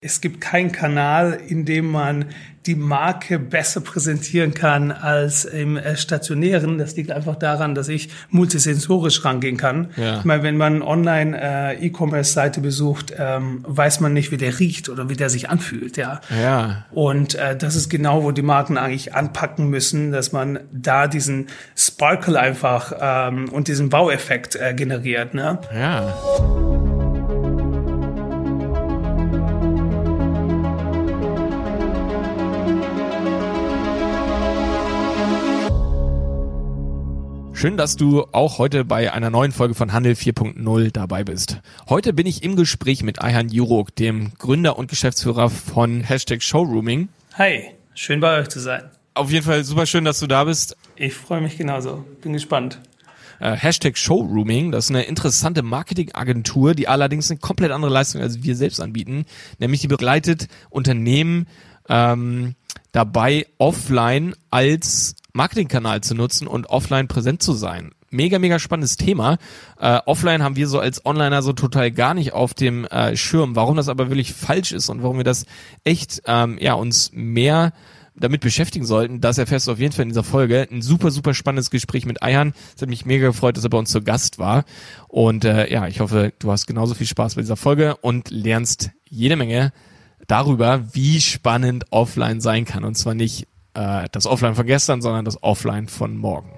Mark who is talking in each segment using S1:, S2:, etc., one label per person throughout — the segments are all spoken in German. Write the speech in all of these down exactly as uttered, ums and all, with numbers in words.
S1: Es gibt keinen Kanal, in dem man die Marke besser präsentieren kann als im stationären. Das liegt einfach daran, dass ich multisensorisch rangehen kann. Ja. Ich meine, wenn man online äh, E-Commerce-Seite besucht, ähm, weiß man nicht, wie der riecht oder wie der sich anfühlt. Ja.
S2: Ja.
S1: Und äh, das ist genau, wo die Marken eigentlich anpacken müssen, dass man da diesen Sparkle einfach ähm, und diesen Baueffekt äh, generiert. Ne?
S2: Ja. Schön, dass du auch heute bei einer neuen Folge von Handel vier Punkt null dabei bist. Heute bin ich im Gespräch mit Ayhan Yuruk, dem Gründer und Geschäftsführer von Hashtag Showrooming.
S1: Hi, schön bei euch zu sein.
S2: Auf jeden Fall super schön, dass du da bist.
S1: Ich freue mich genauso, bin gespannt.
S2: Äh, Hashtag Showrooming, das ist eine interessante Marketingagentur, die allerdings eine komplett andere Leistung als wir selbst anbieten. Nämlich die begleitet Unternehmen ähm, dabei, offline als Marketingkanal zu nutzen und offline präsent zu sein. Mega, mega spannendes Thema. Äh, offline haben wir so als Onliner so total gar nicht auf dem äh, Schirm. Warum das aber wirklich falsch ist und warum wir das echt ähm, ja uns mehr damit beschäftigen sollten, das erfährst du auf jeden Fall in dieser Folge. Ein super, super spannendes Gespräch mit Ayhan. Es hat mich mega gefreut, dass er bei uns zu Gast war. Und äh, ja, ich hoffe, du hast genauso viel Spaß bei dieser Folge und lernst jede Menge darüber, wie spannend offline sein kann. Und zwar nicht äh, das Offline von gestern, sondern das Offline von morgen.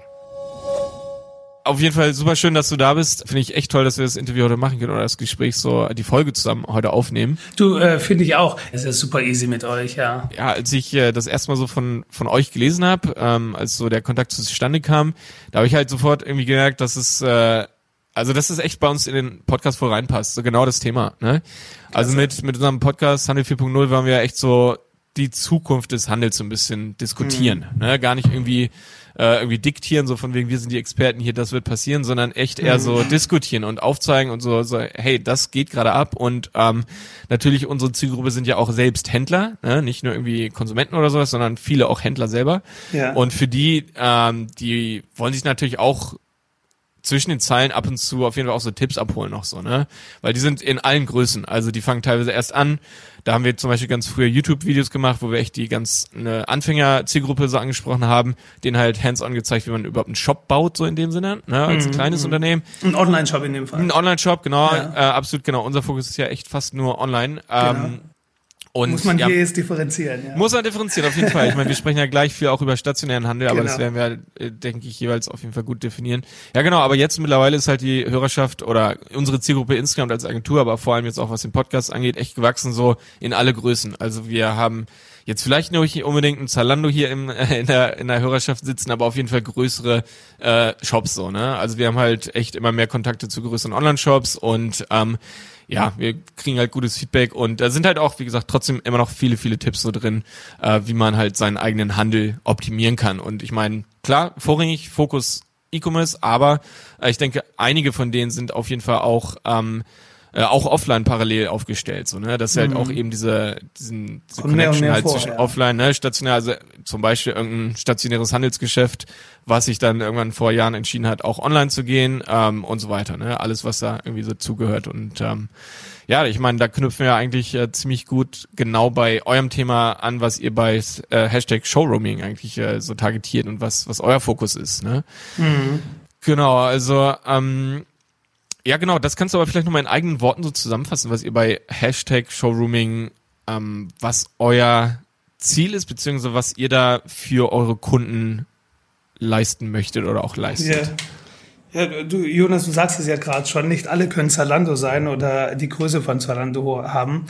S2: Auf jeden Fall super schön, dass du da bist. Finde ich echt toll, dass wir das Interview heute machen können oder das Gespräch so, die Folge zusammen heute aufnehmen.
S1: Du, äh, finde ich auch. Es ist super easy mit euch, ja.
S2: Ja, als ich äh, das erste Mal so von von euch gelesen habe, ähm, als so der Kontakt zustande kam, da habe ich halt sofort irgendwie gemerkt, dass es äh, also dass es echt bei uns in den Podcast voll reinpasst. So genau das Thema, ne? Also Klasse. mit mit unserem Podcast Handel vier Punkt null waren wir echt so die Zukunft des Handels so ein bisschen diskutieren, mhm. ne? Gar nicht irgendwie äh, irgendwie diktieren, so von wegen, wir sind die Experten hier, das wird passieren, sondern echt eher so mhm. diskutieren und aufzeigen und so, so hey, das geht gerade ab und ähm, natürlich unsere Zielgruppe sind ja auch selbst Händler, ne? Nicht nur irgendwie Konsumenten oder sowas, sondern viele auch Händler selber.
S1: Ja.
S2: Und für die, ähm, die wollen sich natürlich auch zwischen den Zeilen ab und zu auf jeden Fall auch so Tipps abholen noch so, ne? Weil die sind in allen Größen, also die fangen teilweise erst an, da haben wir zum Beispiel ganz früher YouTube-Videos gemacht, wo wir echt die ganz eine Anfänger-Zielgruppe so angesprochen haben, denen halt hands-on gezeigt, wie man überhaupt einen Shop baut, so in dem Sinne, ne, als mhm. kleines Unternehmen.
S1: Ein Online-Shop in dem Fall.
S2: Ein Online-Shop, genau,
S1: ja.
S2: äh, absolut genau. Unser Fokus ist ja echt fast nur online.
S1: Genau.
S2: Ähm, Und,
S1: muss man
S2: ja,
S1: hier jetzt differenzieren, ja.
S2: Muss man differenzieren, auf jeden Fall. Ich meine, wir sprechen ja gleich viel auch über stationären Handel,
S1: genau.
S2: aber das werden wir, äh, denke ich, jeweils auf jeden Fall gut definieren. Ja, genau, aber jetzt mittlerweile ist halt die Hörerschaft oder unsere Zielgruppe insgesamt als Agentur, aber vor allem jetzt auch was den Podcast angeht, echt gewachsen so in alle Größen. Also wir haben jetzt vielleicht nicht unbedingt ein Zalando hier im, äh, in der in der Hörerschaft sitzen, aber auf jeden Fall größere äh, Shops so, ne? Also wir haben halt echt immer mehr Kontakte zu größeren Online-Shops und ähm, ja, wir kriegen halt gutes Feedback und da sind halt auch, wie gesagt, trotzdem immer noch viele, viele Tipps so drin, äh, wie man halt seinen eigenen Handel optimieren kann. Und ich meine, klar, vorrangig Fokus E-Commerce, aber äh, ich denke, einige von denen sind auf jeden Fall auch ähm, äh, auch offline parallel aufgestellt, so, ne, dass mhm. halt auch eben diese diesen diese
S1: Kommt mehr und
S2: Connection
S1: mehr
S2: halt
S1: vor,
S2: zwischen
S1: ja.
S2: offline, ne, stationär, also zum Beispiel irgendein stationäres Handelsgeschäft, was sich dann irgendwann vor Jahren entschieden hat, auch online zu gehen, ähm, und so weiter, ne, alles, was da irgendwie so zugehört und ähm, ja, ich meine, da knüpfen wir eigentlich äh, ziemlich gut genau bei eurem Thema an, was ihr bei äh, Hashtag Showrooming eigentlich äh, so targetiert und was was euer Fokus ist, ne?
S1: Mhm.
S2: Genau, also ähm, ja, genau, das kannst du aber vielleicht nochmal in eigenen Worten so zusammenfassen, was ihr bei Hashtag Showrooming, ähm, was euer Ziel ist, beziehungsweise was ihr da für eure Kunden leisten möchtet oder auch leistet.
S1: Ja, ja du, Jonas, du sagst es ja gerade schon, nicht alle können Zalando sein oder die Größe von Zalando haben,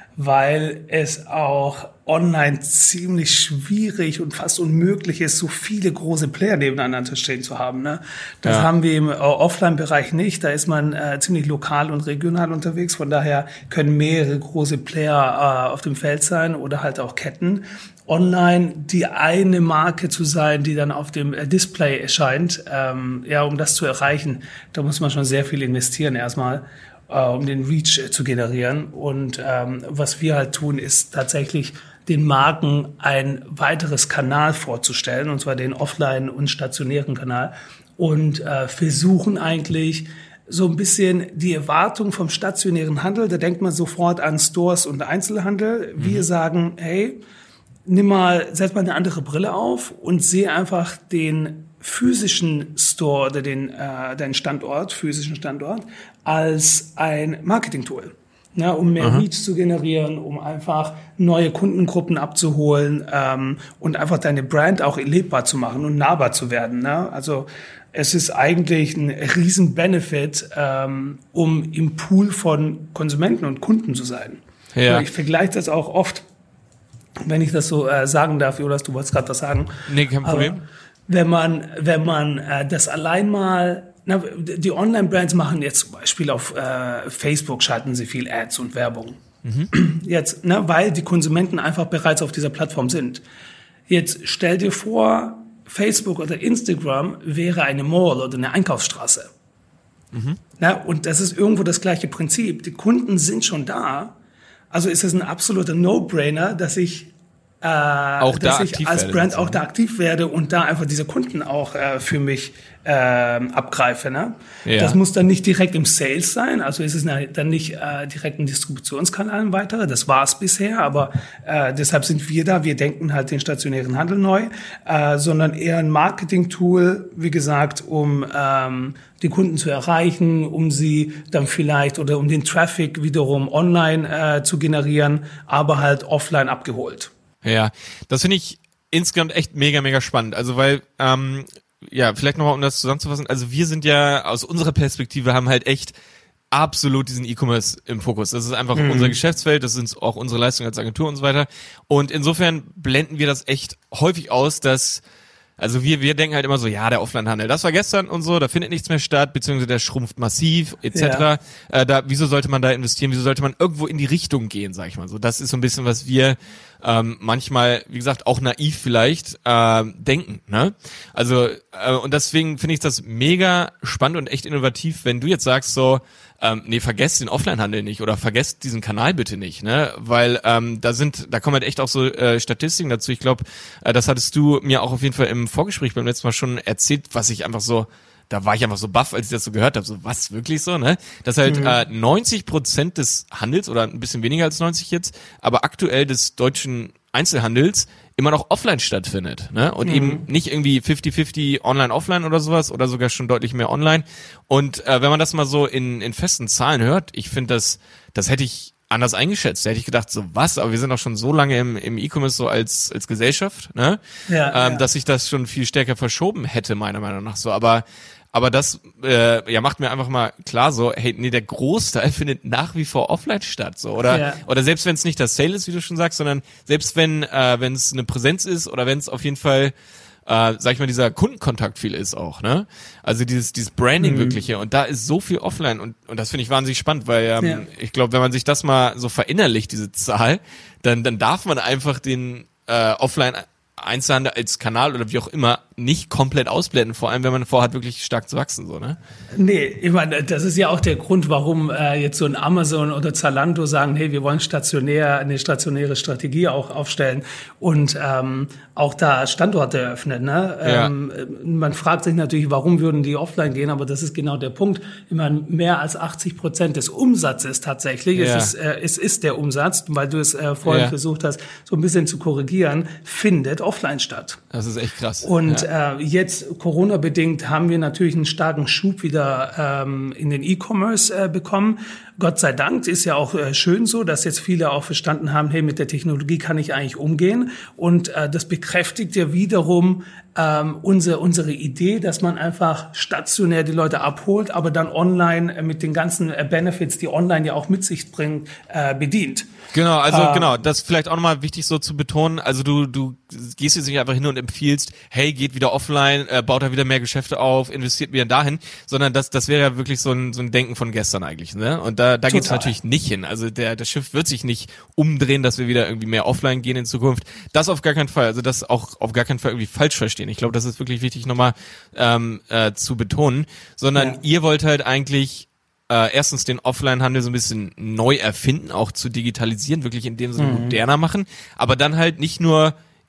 S1: weil es auch online ziemlich schwierig und fast unmöglich ist, so viele große Player nebeneinander stehen zu haben. Ne? Das ja. haben wir im Offline-Bereich nicht. Da ist man äh, ziemlich lokal und regional unterwegs. Von daher können mehrere große Player äh, auf dem Feld sein oder halt auch Ketten. Online die eine Marke zu sein, die dann auf dem Display erscheint, ähm, ja, um das zu erreichen, da muss man schon sehr viel investieren erstmal, äh, um den Reach äh, zu generieren. Und ähm, was wir halt tun, ist tatsächlich den Marken ein weiteres Kanal vorzustellen, und zwar den offline- und stationären Kanal, und äh, versuchen eigentlich so ein bisschen die Erwartung vom stationären Handel. Da denkt man sofort an Stores und Einzelhandel. Wir mhm. sagen, hey, nimm mal, setz mal eine andere Brille auf und sehe einfach den physischen Store oder den, äh, deinen Standort, physischen Standort, als ein Marketing-Tool. Ja, um mehr Aha. Leads zu generieren, um einfach neue Kundengruppen abzuholen ähm, und einfach deine Brand auch erlebbar zu machen und nahbar zu werden. Ne? Also es ist eigentlich ein riesen Benefit, ähm, um im Pool von Konsumenten und Kunden zu sein. Ja. Ich vergleiche das auch oft, wenn ich das so äh, sagen darf, Jonas, du wolltest gerade was sagen.
S2: Nee, kein Problem.
S1: Aber wenn man, wenn man äh, das allein mal Na, die Online-Brands machen jetzt zum Beispiel auf äh, Facebook, schalten sie viel Ads und Werbung. Mhm. Jetzt, ne, weil die Konsumenten einfach bereits auf dieser Plattform sind. Jetzt stell dir vor, Facebook oder Instagram wäre eine Mall oder eine Einkaufsstraße. Mhm. Na, und das ist irgendwo das gleiche Prinzip. Die Kunden sind schon da. Also ist es ein absoluter No-Brainer, dass ich Äh,
S2: auch
S1: dass
S2: da
S1: ich als Brand auch da aktiv werde und da einfach diese Kunden auch äh, für mich äh, abgreife. Ne? Ja. Das muss dann nicht direkt im Sales sein, also ist es dann nicht äh, direkt ein Distributionskanal ein weiterer, das war es bisher, aber äh, deshalb sind wir da, wir denken halt den stationären Handel neu, äh, sondern eher ein Marketing-Tool, wie gesagt, um ähm, die Kunden zu erreichen, um sie dann vielleicht oder um den Traffic wiederum online äh, zu generieren, aber halt offline abgeholt.
S2: Ja, das finde ich insgesamt echt mega, mega spannend. Also weil, ähm, ja, vielleicht nochmal, um das zusammenzufassen, also wir sind ja aus unserer Perspektive haben halt echt absolut diesen E-Commerce im Fokus. Das ist einfach mhm. unser Geschäftsfeld, das sind auch unsere Leistungen als Agentur und so weiter. Und insofern blenden wir das echt häufig aus, dass Also wir wir denken halt immer so, ja, der Offline-Handel, das war gestern und so, da findet nichts mehr statt, beziehungsweise der schrumpft massiv, et cetera. Ja. Äh, da, wieso sollte man da investieren, wieso sollte man irgendwo in die Richtung gehen, sag ich mal so. Das ist so ein bisschen, was wir ähm, manchmal, wie gesagt, auch naiv vielleicht äh, denken. Ne? Also äh, und deswegen finde ich das mega spannend und echt innovativ, wenn du jetzt sagst so, Ähm, nee, vergesst den Offline-Handel nicht oder vergesst diesen Kanal bitte nicht, ne? Weil ähm, da sind, da kommen halt echt auch so äh, Statistiken dazu. Ich glaube, äh, das hattest du mir auch auf jeden Fall im Vorgespräch beim letzten Mal schon erzählt, was ich einfach so, da war ich einfach so baff, als ich das so gehört habe. So, was, wirklich so, ne? Dass halt mhm. äh, neunzig Prozent des Handels oder ein bisschen weniger als neunzig jetzt, aber aktuell des deutschen Einzelhandels immer noch offline stattfindet, ne? Und mhm. eben nicht irgendwie fifty fifty online, offline oder sowas oder sogar schon deutlich mehr online. Und äh, wenn man das mal so in in festen Zahlen hört, ich finde das, das hätte ich anders eingeschätzt. Da hätte ich gedacht, so was, aber wir sind auch schon so lange im im E-Commerce so als als Gesellschaft, ne? Ja, ähm, ja. Dass sich das schon viel stärker verschoben hätte, meiner Meinung nach so. Aber Aber das äh, ja macht mir einfach mal klar so, hey, nee, der Großteil findet nach wie vor offline statt, so oder ja. oder selbst wenn es nicht das Sale ist, wie du schon sagst, sondern selbst wenn äh, wenn es eine Präsenz ist oder wenn es auf jeden Fall äh, sag ich mal dieser Kundenkontakt viel ist auch, ne? Also dieses dieses Branding mhm. wirkliche und da ist so viel offline und und das finde ich wahnsinnig spannend, weil ähm, ja. ich glaube, wenn man sich das mal so verinnerlicht, diese Zahl, dann dann darf man einfach den äh, Offline Einzelhandel als Kanal oder wie auch immer nicht komplett ausblenden, vor allem wenn man vorhat, wirklich stark zu wachsen, so, ne?
S1: Nee, ich meine, das ist ja auch der Grund, warum äh, jetzt so ein Amazon oder Zalando sagen, hey, wir wollen stationär, eine stationäre Strategie auch aufstellen und ähm, auch da Standorte eröffnen, ne? Ja. Ähm, man fragt sich natürlich, warum würden die offline gehen, aber das ist genau der Punkt. Ich meine, mehr als achtzig Prozent des Umsatzes tatsächlich, ja. es, ist, äh, es ist der Umsatz, weil du es äh, vorhin ja. versucht hast, so ein bisschen zu korrigieren, findet offline statt.
S2: Das ist echt krass.
S1: Und ja. äh, jetzt Corona-bedingt haben wir natürlich einen starken Schub wieder ähm, in den E-Commerce äh, bekommen. Gott sei Dank ist ja auch äh, schön so, dass jetzt viele auch verstanden haben, hey, mit der Technologie kann ich eigentlich umgehen. Und äh, das bekräftigt ja wiederum ähm, unsere, unsere Idee, dass man einfach stationär die Leute abholt, aber dann online äh, mit den ganzen äh, Benefits, die online ja auch mit sich bringt, äh, bedient.
S2: Genau, also äh, genau, das ist vielleicht auch nochmal wichtig so zu betonen. Also du du gehst jetzt nicht einfach hin und empfiehlst, hey, geht wieder offline, äh, baut da wieder mehr Geschäfte auf, investiert wieder dahin, sondern das das wäre ja wirklich so ein so ein Denken von gestern eigentlich, ne? Und da da geht's natürlich nicht hin. Also der das Schiff wird sich nicht umdrehen, dass wir wieder irgendwie mehr offline gehen in Zukunft. Das auf gar keinen Fall. Also das auch auf gar keinen Fall irgendwie falsch verstehen. Ich glaube, das ist wirklich wichtig nochmal ähm, äh, zu betonen, sondern ja. ihr wollt halt eigentlich Äh, erstens den Offline-Handel so ein bisschen neu erfinden, auch zu digitalisieren, wirklich in dem Sinne mhm. moderner machen, aber dann halt nicht nur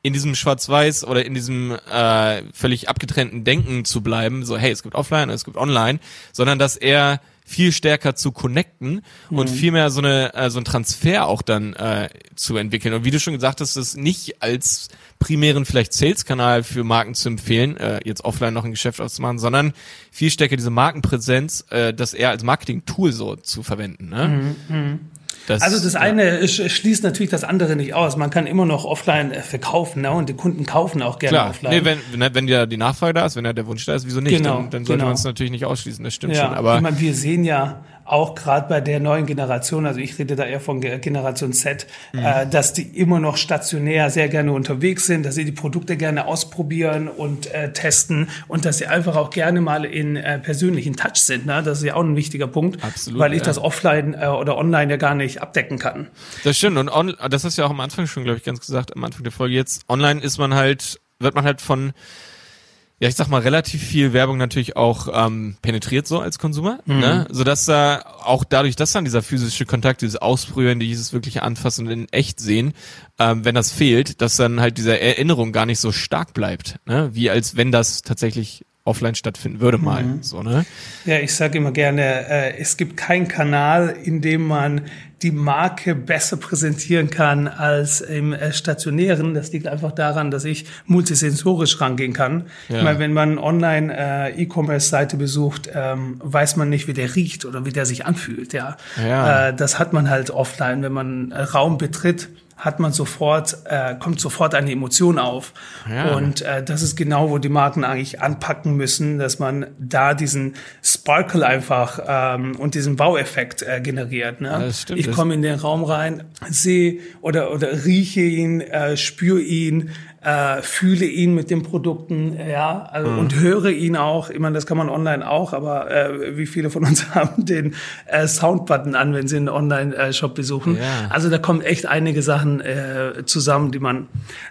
S2: in diesem Schwarz-Weiß oder in diesem äh, völlig abgetrennten Denken zu bleiben, so hey, es gibt Offline, es gibt Online, sondern dass er viel stärker zu connecten mhm. und viel mehr so eine äh, so ein Transfer auch dann äh, zu entwickeln. Und wie du schon gesagt hast, das nicht als primären vielleicht Sales-Kanal für Marken zu empfehlen, äh, jetzt offline noch ein Geschäft auszumachen, sondern viel stärker diese Markenpräsenz, äh, das eher als Marketing-Tool so zu verwenden. Ne?
S1: Mhm. Das, also das eine ja. schließt natürlich das andere nicht aus. Man kann immer noch offline verkaufen, ne? Und die Kunden kaufen auch gerne
S2: Klar.
S1: offline.
S2: Nee, wenn, wenn ja die Nachfrage da ist, wenn ja der Wunsch da ist, wieso nicht? Genau, dann, dann sollte genau. man es natürlich nicht ausschließen, das stimmt
S1: ja.
S2: schon. Aber
S1: ich meine, wir sehen ja auch gerade bei der neuen Generation, also ich rede da eher von Generation Z, mhm. äh, dass die immer noch stationär sehr gerne unterwegs sind, dass sie die Produkte gerne ausprobieren und äh, testen und dass sie einfach auch gerne mal in äh, persönlichen Touch sind. Ne? Das ist ja auch ein wichtiger Punkt,
S2: Absolut,
S1: weil ich
S2: ja.
S1: das offline äh, oder online ja gar nicht abdecken kann.
S2: Das stimmt und on, das hast du ja auch am Anfang schon, glaube ich, ganz gesagt, am Anfang der Folge jetzt. Online ist man halt, wird man halt von ja, ich sag mal, relativ viel Werbung natürlich auch ähm, penetriert so als Konsumer, mhm. ne? Sodass da auch dadurch, dass dann dieser physische Kontakt, dieses Ausprobieren, dieses wirkliche Anfassen und in echt sehen, ähm, wenn das fehlt, dass dann halt diese Erinnerung gar nicht so stark bleibt, ne? Wie als wenn das tatsächlich offline stattfinden würde mal, mhm. so, ne?
S1: Ja, ich sage immer gerne, äh, es gibt keinen Kanal, in dem man die Marke besser präsentieren kann als im äh, Stationären. Das liegt einfach daran, dass ich multisensorisch rangehen kann. Ja. Ich meine, wenn man online äh, E-Commerce-Seite besucht, ähm, weiß man nicht, wie der riecht oder wie der sich anfühlt. Ja, ja. Äh, das hat man halt offline, wenn man einen Raum betritt. Hat man sofort, äh, kommt sofort eine Emotion auf. Ja. Und äh, das ist genau, wo die Marken eigentlich anpacken müssen, dass man da diesen Sparkle einfach ähm, und diesen Wow-Effekt äh, generiert. Ne? Ja, stimmt, ich komme in den Raum rein, sehe oder oder rieche ihn, äh, spüre ihn, äh, fühle ihn mit den Produkten, ja, also, mhm. und höre ihn auch. Ich meine, das kann man online auch, aber äh, wie viele von uns haben den äh, Soundbutton an, wenn sie einen Online-Shop besuchen? Ja. Also da kommen echt einige Sachen äh, zusammen, die man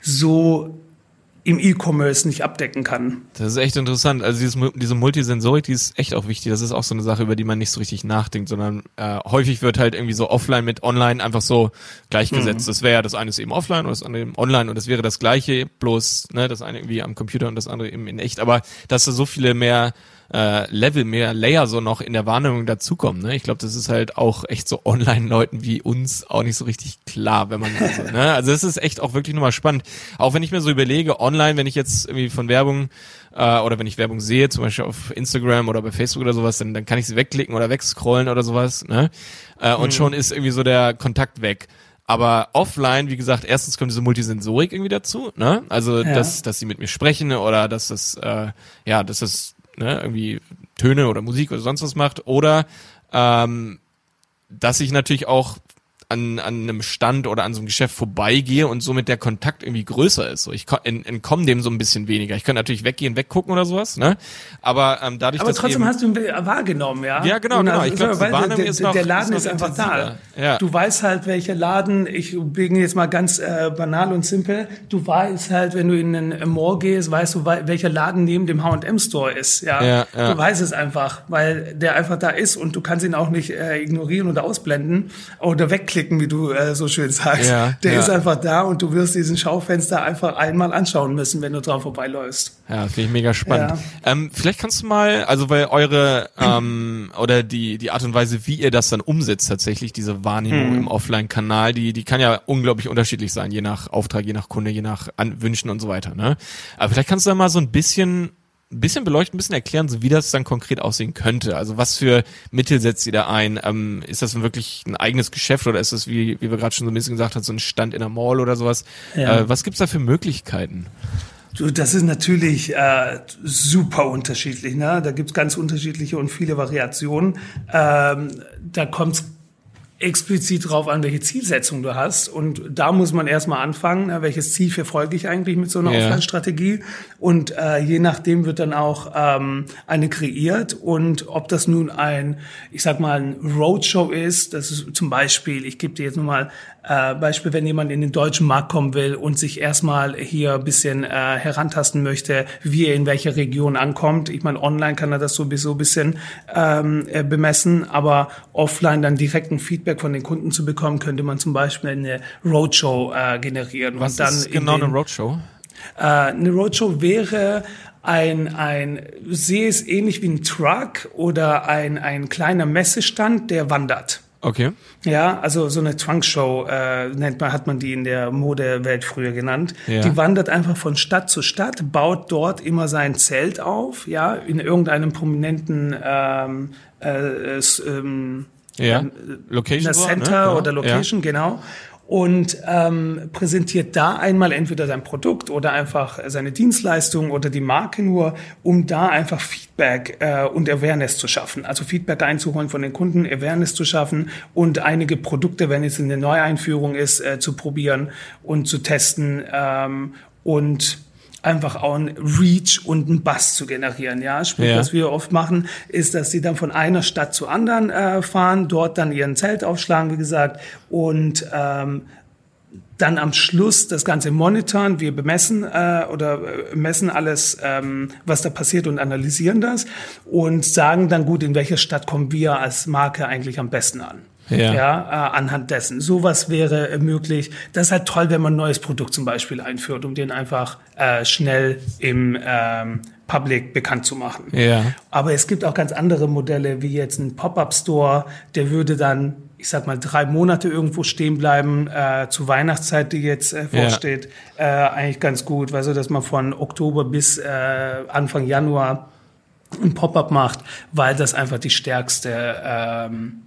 S1: so im E-Commerce nicht abdecken kann.
S2: Das ist echt interessant. Also dieses, diese Multisensorik, die ist echt auch wichtig. Das ist auch so eine Sache, über die man nicht so richtig nachdenkt, sondern äh, häufig wird halt irgendwie so offline mit online einfach so gleichgesetzt. Mhm. Das wäre ja, das eine ist eben offline und das andere eben online und das wäre das Gleiche, bloß ne, das eine irgendwie am Computer und das andere eben in echt. Aber dass da so viele mehr äh, Level, mehr Layer so noch in der Wahrnehmung dazukommen. Ne? Ich glaube, das ist halt auch echt so Online-Leuten wie uns auch nicht so richtig klar, wenn man also, ne? Also das ist echt auch wirklich nochmal spannend. Auch wenn ich mir so überlege, online, wenn ich jetzt irgendwie von Werbung äh, oder wenn ich Werbung sehe, zum Beispiel auf Instagram oder bei Facebook oder sowas, dann, dann kann ich sie wegklicken oder wegscrollen oder sowas. Ne? Äh, und mhm. schon ist irgendwie so der Kontakt weg. Aber offline, wie gesagt, erstens kommt diese Multisensorik irgendwie dazu, ne? Also ja. dass dass sie mit mir sprechen oder dass das äh, ja, dass das ne, irgendwie Töne oder Musik oder sonst was macht oder ähm, dass ich natürlich auch an, an einem Stand oder an so einem Geschäft vorbeigehe und somit der Kontakt irgendwie größer ist. So, ich entkomme dem so ein bisschen weniger. Ich könnte natürlich weggehen, weggucken oder sowas, ne? Aber ähm, dadurch,
S1: Aber
S2: dass
S1: trotzdem
S2: eben,
S1: hast du ihn wahrgenommen, ja?
S2: Ja, genau, genau. Ich glaube,
S1: der, ist noch, der Laden ist, ist einfach da. Ja. Du weißt halt, welcher Laden, ich bin jetzt mal ganz äh, banal und simpel, du weißt halt, wenn du in einen Mall gehst, weißt du, welcher Laden neben dem H und M Store ist, ja? Ja, ja. Du weißt es einfach, weil der einfach da ist und du kannst ihn auch nicht äh, ignorieren oder ausblenden oder wegklicken, wie du äh, so schön sagst. Ja, der ja. ist einfach da und du wirst diesen Schaufenster einfach einmal anschauen müssen, wenn du dran vorbeiläufst.
S2: Ja, finde ich mega spannend. Ja. Ähm, vielleicht kannst du mal, also weil eure ähm, oder die die Art und Weise, wie ihr das dann umsetzt tatsächlich, diese Wahrnehmung hm. im Offline-Kanal, die die kann ja unglaublich unterschiedlich sein, je nach Auftrag, je nach Kunde, je nach An- Wünschen und so weiter. Ne? Aber vielleicht kannst du da mal so ein bisschen ein bisschen beleuchten, ein bisschen erklären, so wie das dann konkret aussehen könnte. Also was für Mittel setzt ihr da ein? Ähm, ist das wirklich ein eigenes Geschäft oder ist das, wie, wie wir gerade schon so ein bisschen gesagt haben, so ein Stand in der Mall oder sowas? Ja. Äh, was gibt's da für Möglichkeiten?
S1: Du, das ist natürlich äh, super unterschiedlich. Ne? Da gibt's ganz unterschiedliche und viele Variationen. Ähm, da kommt's explizit drauf an, welche Zielsetzung du hast. Und da muss man erstmal anfangen, welches Ziel verfolge ich eigentlich mit so einer ja. Offline-Strategie. Und äh, je nachdem wird dann auch ähm, eine kreiert. Und ob das nun ein, ich sag mal, ein Roadshow ist, das ist zum Beispiel, ich gebe dir jetzt nur mal äh, Beispiel, wenn jemand in den deutschen Markt kommen will und sich erstmal hier ein bisschen äh, herantasten möchte, wie er in welcher Region ankommt. Ich meine, online kann er das sowieso ein bisschen ähm, bemessen, aber offline dann direkt ein Feedback Feedback von den Kunden zu bekommen, könnte man zum Beispiel eine Roadshow äh, generieren.
S2: Was
S1: und dann
S2: ist genau
S1: den,
S2: eine Roadshow?
S1: Äh, eine Roadshow wäre ein, ein, sehe es ähnlich wie ein Truck oder ein, ein kleiner Messestand, der wandert.
S2: Okay.
S1: Ja, also so eine Trunkshow äh, nennt man, hat man die in der Modewelt früher genannt.
S2: Ja.
S1: Die wandert einfach von Stadt zu Stadt, baut dort immer sein Zelt auf, ja, in irgendeinem prominenten ähm, äh, ähm,
S2: Ja.
S1: ähm,
S2: Location.
S1: Center
S2: ne? Genau.
S1: oder Location, ja. genau. Und ähm, präsentiert da einmal entweder sein Produkt oder einfach seine Dienstleistung oder die Marke nur, um da einfach Feedback äh, und Awareness zu schaffen. Also Feedback einzuholen von den Kunden, Awareness zu schaffen und einige Produkte, wenn es eine Neueinführung ist, äh, zu probieren und zu testen ähm, und einfach auch ein Reach und einen Buzz zu generieren, ja. Sprich,
S2: Ja.
S1: was wir oft machen, ist, dass sie dann von einer Stadt zur anderen äh, fahren, dort dann ihren Zelt aufschlagen, wie gesagt, und ähm, dann am Schluss das Ganze monitoren. Wir bemessen äh, oder äh, messen alles, ähm, was da passiert und analysieren das und sagen dann, gut, in welcher Stadt kommen wir als Marke eigentlich am besten an.
S2: Ja.
S1: Ja, äh, anhand dessen. Sowas wäre äh, möglich. Das ist halt toll, wenn man ein neues Produkt zum Beispiel einführt, um den einfach äh, schnell im ähm, Public bekannt zu machen.
S2: Ja.
S1: Aber es gibt auch ganz andere Modelle, wie jetzt ein Pop-Up-Store, der würde dann, ich sag mal, drei Monate irgendwo stehen bleiben, äh, zur Weihnachtszeit, die jetzt äh, vorsteht, ja. äh, eigentlich ganz gut. Also, dass man von Oktober bis äh, Anfang Januar ein Pop-Up macht, weil das einfach die stärkste ähm,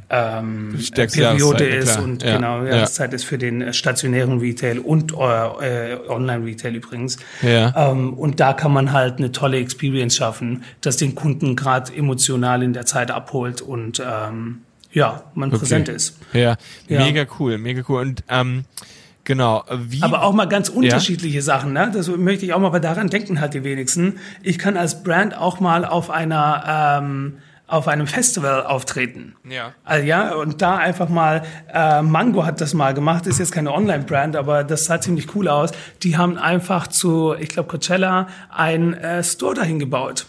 S1: Ähm, Periode ist
S2: klar.
S1: und
S2: ja.
S1: genau Jahreszeit ja. ist für den stationären Retail und äh, Online-Retail übrigens.
S2: Ja.
S1: Ähm, und da kann man halt eine tolle Experience schaffen, dass den Kunden gerade emotional in der Zeit abholt und ähm, ja, man okay. präsent ist.
S2: Ja.
S1: ja,
S2: mega cool, mega cool. Und ähm, genau, wie...
S1: Aber auch mal ganz unterschiedliche ja? Sachen, ne? Das möchte ich auch mal, weil daran denken halt die wenigsten. Ich kann als Brand auch mal auf einer ähm, auf einem Festival auftreten.
S2: Ja.
S1: Also ja, und da einfach mal, äh, Mango hat das mal gemacht, ist jetzt keine Online-Brand, aber das sah ziemlich cool aus. Die haben einfach zu, ich glaube, Coachella ein äh, Store dahin gebaut.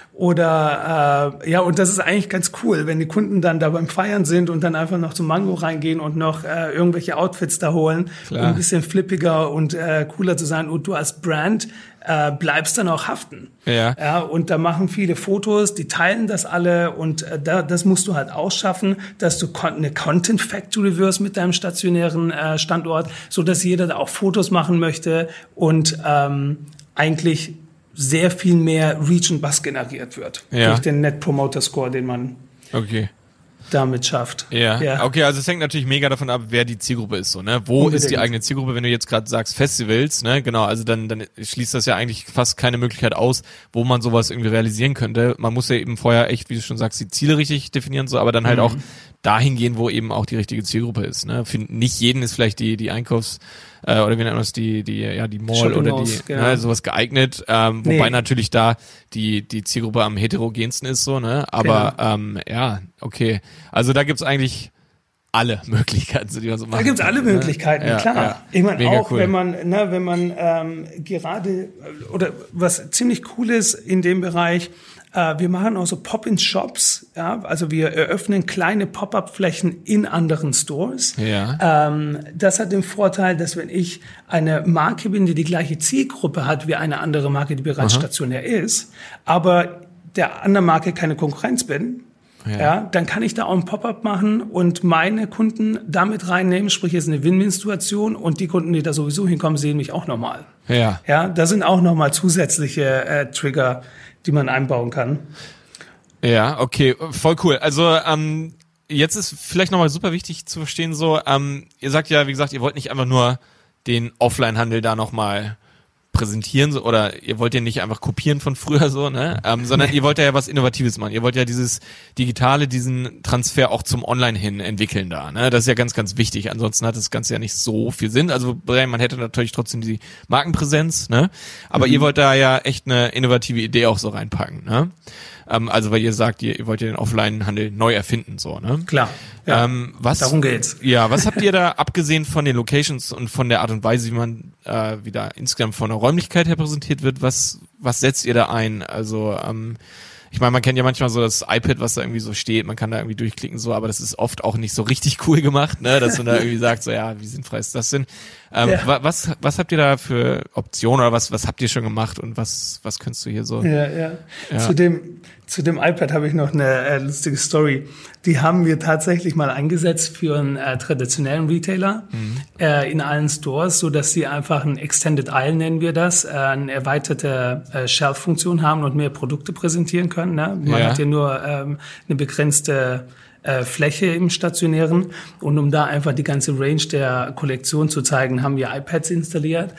S1: Oder, äh, ja, und das ist eigentlich ganz cool, wenn die Kunden dann da beim Feiern sind und dann einfach noch zu Mango reingehen und noch äh, irgendwelche Outfits da holen,
S2: Klar.
S1: um ein bisschen flippiger und äh, cooler zu sein. Und du als Brand äh, bleibst dann auch haften.
S2: Ja.
S1: Ja, und da machen viele Fotos, die teilen das alle und äh, da, das musst du halt auch schaffen, dass du kon- eine Content Factory wirst mit deinem stationären äh, Standort, so dass jeder da auch Fotos machen möchte und ähm, eigentlich sehr viel mehr Reach und Buzz generiert wird.
S2: Ja.
S1: Durch den Net Promoter Score, den man
S2: okay.
S1: damit schafft.
S2: Ja.
S1: ja,
S2: okay, also es hängt natürlich mega davon ab, wer die Zielgruppe ist, so, ne? Wo
S1: Unbedingt.
S2: ist die eigene Zielgruppe, wenn du jetzt gerade sagst Festivals, ne? Genau, also dann, dann schließt das ja eigentlich fast keine Möglichkeit aus, wo man sowas irgendwie realisieren könnte. Man muss ja eben vorher echt, wie du schon sagst, die Ziele richtig definieren, so, aber dann halt
S1: mhm.
S2: auch dahin gehen, wo eben auch die richtige Zielgruppe ist, ne? Für nicht jeden ist vielleicht die, die Einkaufs- äh, oder wie nennt man das, die, die, ja, die Mall
S1: Shopping
S2: oder
S1: Malls,
S2: die,
S1: genau.
S2: ne, sowas geeignet, ähm, wobei
S1: Nee.
S2: natürlich da die, die Zielgruppe am heterogensten ist, so, ne? Aber,
S1: Genau.
S2: ähm, ja, okay. Also da gibt's eigentlich alle Möglichkeiten, so, die man so machen
S1: Da gibt's
S2: kann,
S1: alle
S2: ne?
S1: Möglichkeiten,
S2: Ja,
S1: klar.
S2: ja.
S1: Ich meine
S2: Mega
S1: auch,
S2: cool.
S1: wenn man, ne, wenn man ähm, gerade oder was ziemlich cool ist in dem Bereich, äh, wir machen auch so Pop-in-Shops, ja, also wir eröffnen kleine Pop-up-Flächen in anderen Stores.
S2: Ja.
S1: Ähm, das hat den Vorteil, dass wenn ich eine Marke bin, die die gleiche Zielgruppe hat wie eine andere Marke, die bereits
S2: Aha.
S1: stationär ist, aber der anderen Marke keine Konkurrenz bin,
S2: Ja.
S1: ja, dann kann ich da auch ein Pop-up machen und meine Kunden damit reinnehmen, sprich, es ist eine Win-Win-Situation und die Kunden, die da sowieso hinkommen, sehen mich auch nochmal.
S2: Ja.
S1: Ja, da sind auch nochmal zusätzliche äh, Trigger, die man einbauen kann.
S2: Ja, okay, voll cool. Also, ähm, jetzt ist vielleicht nochmal super wichtig zu verstehen, so, ähm, ihr sagt ja, wie gesagt, ihr wollt nicht einfach nur den Offline-Handel da nochmal präsentieren, so, oder ihr wollt ja nicht einfach kopieren von früher, so, ne, ähm, sondern ihr wollt ja was Innovatives machen. Ihr wollt ja dieses Digitale, diesen Transfer auch zum Online hin entwickeln da, ne, das ist ja ganz, ganz wichtig. Ansonsten hat das Ganze ja nicht so viel Sinn. Also, man hätte natürlich trotzdem die Markenpräsenz, ne, aber mhm. ihr wollt da ja echt eine innovative Idee auch so reinpacken, ne. Ähm, also, weil ihr sagt, ihr, ihr wollt ja den Offline-Handel neu erfinden, so, ne?
S1: Klar. Ja,
S2: ähm, was,
S1: darum geht's.
S2: Ja, was habt ihr da, abgesehen von den Locations und von der Art und Weise, wie man äh, wieder insgesamt von der Räumlichkeit her präsentiert wird, was, was setzt ihr da ein? Also, ähm, ich meine, man kennt ja manchmal so das iPad, was da irgendwie so steht, man kann da irgendwie durchklicken so, aber das ist oft auch nicht so richtig cool gemacht, ne, dass man da irgendwie sagt, so ja, wie sinnfrei ist das denn? Ähm,
S1: Ja.
S2: wa- was was habt ihr da für Optionen oder was was habt ihr schon gemacht und was was könntest du hier so?
S1: Ja, ja.
S2: Ja.
S1: Zu dem, zu dem iPad habe ich noch eine äh, lustige Story. Die haben wir tatsächlich mal eingesetzt für einen äh, traditionellen Retailer äh, in allen Stores, so dass sie einfach ein Extended Aisle, nennen wir das, äh, eine erweiterte äh, Shelf-Funktion haben und mehr Produkte präsentieren können. Ne? Man
S2: Ja.
S1: hat ja nur ähm, eine begrenzte äh, Fläche im Stationären. Und um da einfach die ganze Range der Kollektion zu zeigen, haben wir iPads installiert.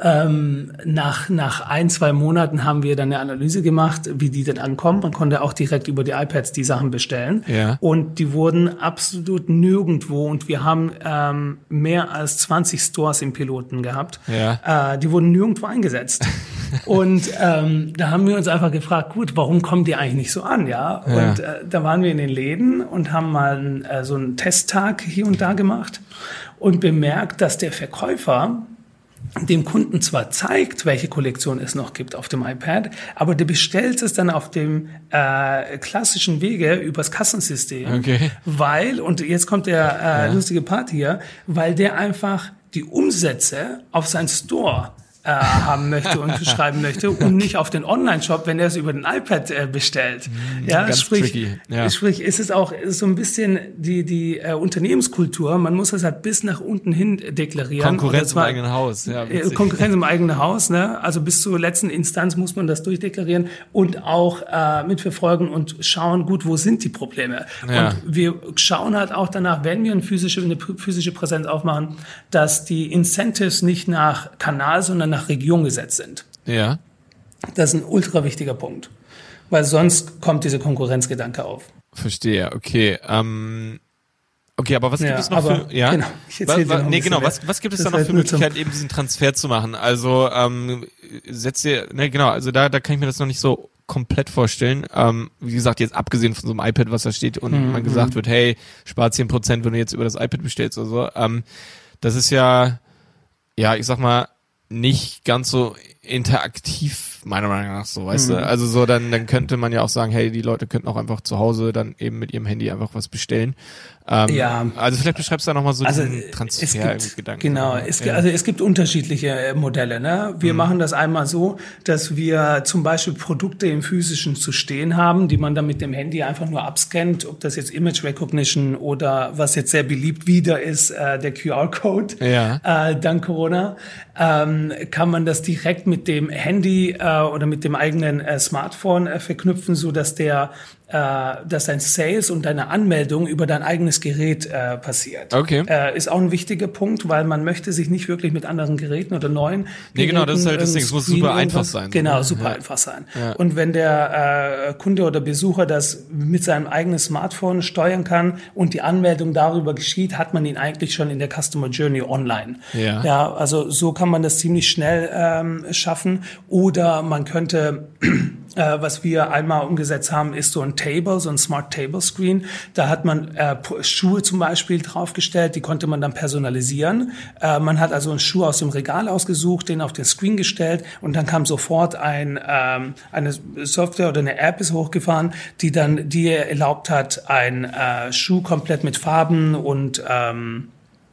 S1: Ähm, nach, nach ein, zwei Monaten haben wir dann eine Analyse gemacht, wie die denn ankommen. Man konnte auch direkt über die iPads die Sachen bestellen.
S2: Ja.
S1: Und die wurden absolut nirgendwo. Und wir haben ähm, mehr als zwanzig Stores im Piloten gehabt.
S2: Ja.
S1: Äh, die wurden nirgendwo eingesetzt. Und ähm, da haben wir uns einfach gefragt, gut, warum kommen die eigentlich nicht so an, ja?
S2: Ja.
S1: Und äh, da waren wir in den Läden und haben mal äh, so einen Testtag hier und da gemacht und bemerkt, dass der Verkäufer dem Kunden zwar zeigt, welche Kollektion es noch gibt auf dem iPad, aber der bestellt es dann auf dem äh, klassischen Wege übers Kassensystem,
S2: Okay.
S1: weil, und jetzt kommt der äh,
S2: Ja.
S1: lustige Part hier, weil der einfach die Umsätze auf sein Store äh, haben möchte und beschreiben möchte und nicht auf den Online-Shop, wenn er es über den iPad äh, bestellt. Ja,
S2: ganz
S1: sprich,
S2: tricky, ja.
S1: sprich, ist es auch ist so ein bisschen die die äh, Unternehmenskultur. Man muss es halt bis nach unten hin deklarieren.
S2: Konkurrenz
S1: Und zwar-
S2: im eigenen Haus, ja.
S1: äh,
S2: witzig.
S1: Konkurrenz im eigenen Haus, ne? Also bis zur letzten Instanz muss man das durchdeklarieren und auch äh, mitverfolgen und schauen, gut, wo sind die Probleme?
S2: Ja.
S1: Und wir schauen halt auch danach, wenn wir eine physische, eine physische Präsenz aufmachen, dass die Incentives nicht nach Kanal, sondern nach Region gesetzt sind.
S2: Ja.
S1: Das ist ein ultra wichtiger Punkt, weil sonst kommt dieser Konkurrenzgedanke auf.
S2: Verstehe, okay. Ähm, okay, aber was gibt
S1: Ja,
S2: es noch
S1: aber-
S2: für, ja?
S1: genau, ich erzähl dir
S2: was,
S1: noch ein
S2: nee,
S1: bisschen
S2: genau,
S1: mehr.
S2: was, was gibt es
S1: Das
S2: da noch
S1: heißt
S2: für
S1: nur zum-
S2: Möglichkeiten, eben diesen Transfer zu machen? Also, ähm, setzt ihr, ne, genau, also da, da kann ich mir das noch nicht so komplett vorstellen. Ähm, wie gesagt, jetzt abgesehen von so einem iPad, was da steht und
S1: Mhm.
S2: man gesagt wird, hey, spar zehn Prozent, wenn du jetzt über das iPad bestellst oder so. Ähm, das ist ja, ja, ich sag mal, nicht ganz so interaktiv, meiner Meinung nach so, weißt
S1: Mhm.
S2: du? Also so, dann, dann könnte man ja auch sagen, hey, die Leute könnten auch einfach zu Hause dann eben mit ihrem Handy einfach was bestellen. Ähm,
S1: Ja.
S2: Also vielleicht beschreibst du da nochmal so
S1: Also
S2: diesen
S1: es
S2: Transfer-Gedanken.
S1: gibt, genau, es, gibt-
S2: ja.
S1: also es gibt unterschiedliche äh, Modelle. Ne? Wir
S2: Mhm.
S1: machen das einmal so, dass wir zum Beispiel Produkte im Physischen zu stehen haben, die man dann mit dem Handy einfach nur abscannt, ob das jetzt Image Recognition oder was jetzt sehr beliebt wieder ist, äh, der Q R-Code,
S2: Ja.
S1: äh, dank Corona, ähm, kann man das direkt mit dem Handy äh, oder mit dem eigenen äh, Smartphone äh, verknüpfen, so dass der äh, dass dein Sales und deine Anmeldung über dein eigenes Gerät äh, passiert.
S2: Okay.
S1: Äh, ist auch ein wichtiger Punkt, weil man möchte sich nicht wirklich mit anderen Geräten oder neuen
S2: Nee, genau, das ist halt das
S1: Geräten,
S2: Ding. Es muss
S1: Screen,
S2: super einfach
S1: irgendwas-
S2: sein.
S1: Genau,
S2: Ja.
S1: super
S2: Ja.
S1: einfach sein.
S2: Ja.
S1: Und wenn der äh, Kunde oder Besucher das mit seinem eigenen Smartphone steuern kann und die Anmeldung darüber geschieht, hat man ihn eigentlich schon in der Customer Journey online.
S2: Ja.
S1: Ja, also so kann man das ziemlich schnell ähm, schaffen. Oder man könnte Äh, was wir einmal umgesetzt haben, ist so ein Table, so ein Smart Table Screen. Da hat man äh, Schuhe zum Beispiel draufgestellt, die konnte man dann personalisieren. Äh, man hat also einen Schuh aus dem Regal ausgesucht, den auf den Screen gestellt und dann kam sofort ein, ähm, eine Software oder eine App ist hochgefahren, die dann dir erlaubt hat, einen äh, Schuh komplett mit Farben und ähm,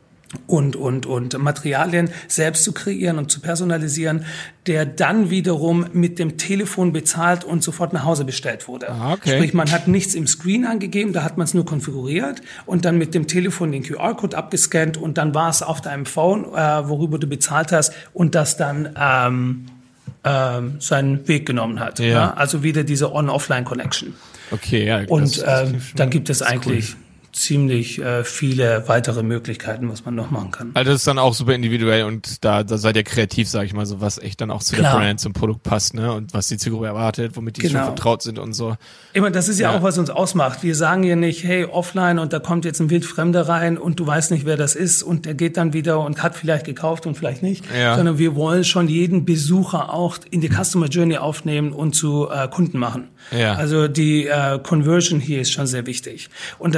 S1: und, und, und Materialien selbst zu kreieren und zu personalisieren, der dann wiederum mit dem Telefon bezahlt und sofort nach Hause bestellt wurde.
S2: Ah, okay.
S1: Sprich, man hat nichts im Screen angegeben, da hat man es nur konfiguriert und dann mit dem Telefon den Q R-Code abgescannt und dann war es auf deinem Phone, äh, worüber du bezahlt hast und das dann ähm, ähm, seinen Weg genommen hat.
S2: Ja.
S1: Ja? Also wieder diese On-Offline-Connection.
S2: Okay, ja.
S1: Und
S2: das- das
S1: äh,
S2: klingt schon-
S1: dann gibt es
S2: das ist
S1: eigentlich ziemlich äh, viele weitere Möglichkeiten, was man noch machen kann.
S2: Also das ist dann auch super individuell und da, da seid ihr kreativ, sag ich mal, so was echt dann auch zu
S1: Klar.
S2: der Brand, zum Produkt passt, ne? Und was die Zielgruppe erwartet, womit die
S1: Genau.
S2: schon vertraut sind und so.
S1: Immer, das ist ja,
S2: Ja.
S1: auch, was uns ausmacht. Wir sagen hier nicht, hey, offline und da kommt jetzt ein Wildfremder rein und du weißt nicht, wer das ist und der geht dann wieder und hat vielleicht gekauft und vielleicht nicht,
S2: Ja.
S1: sondern wir wollen schon jeden Besucher auch in die Customer Journey aufnehmen und zu äh, Kunden machen.
S2: Ja.
S1: Also die äh, Conversion hier ist schon sehr wichtig. Und das kann man halt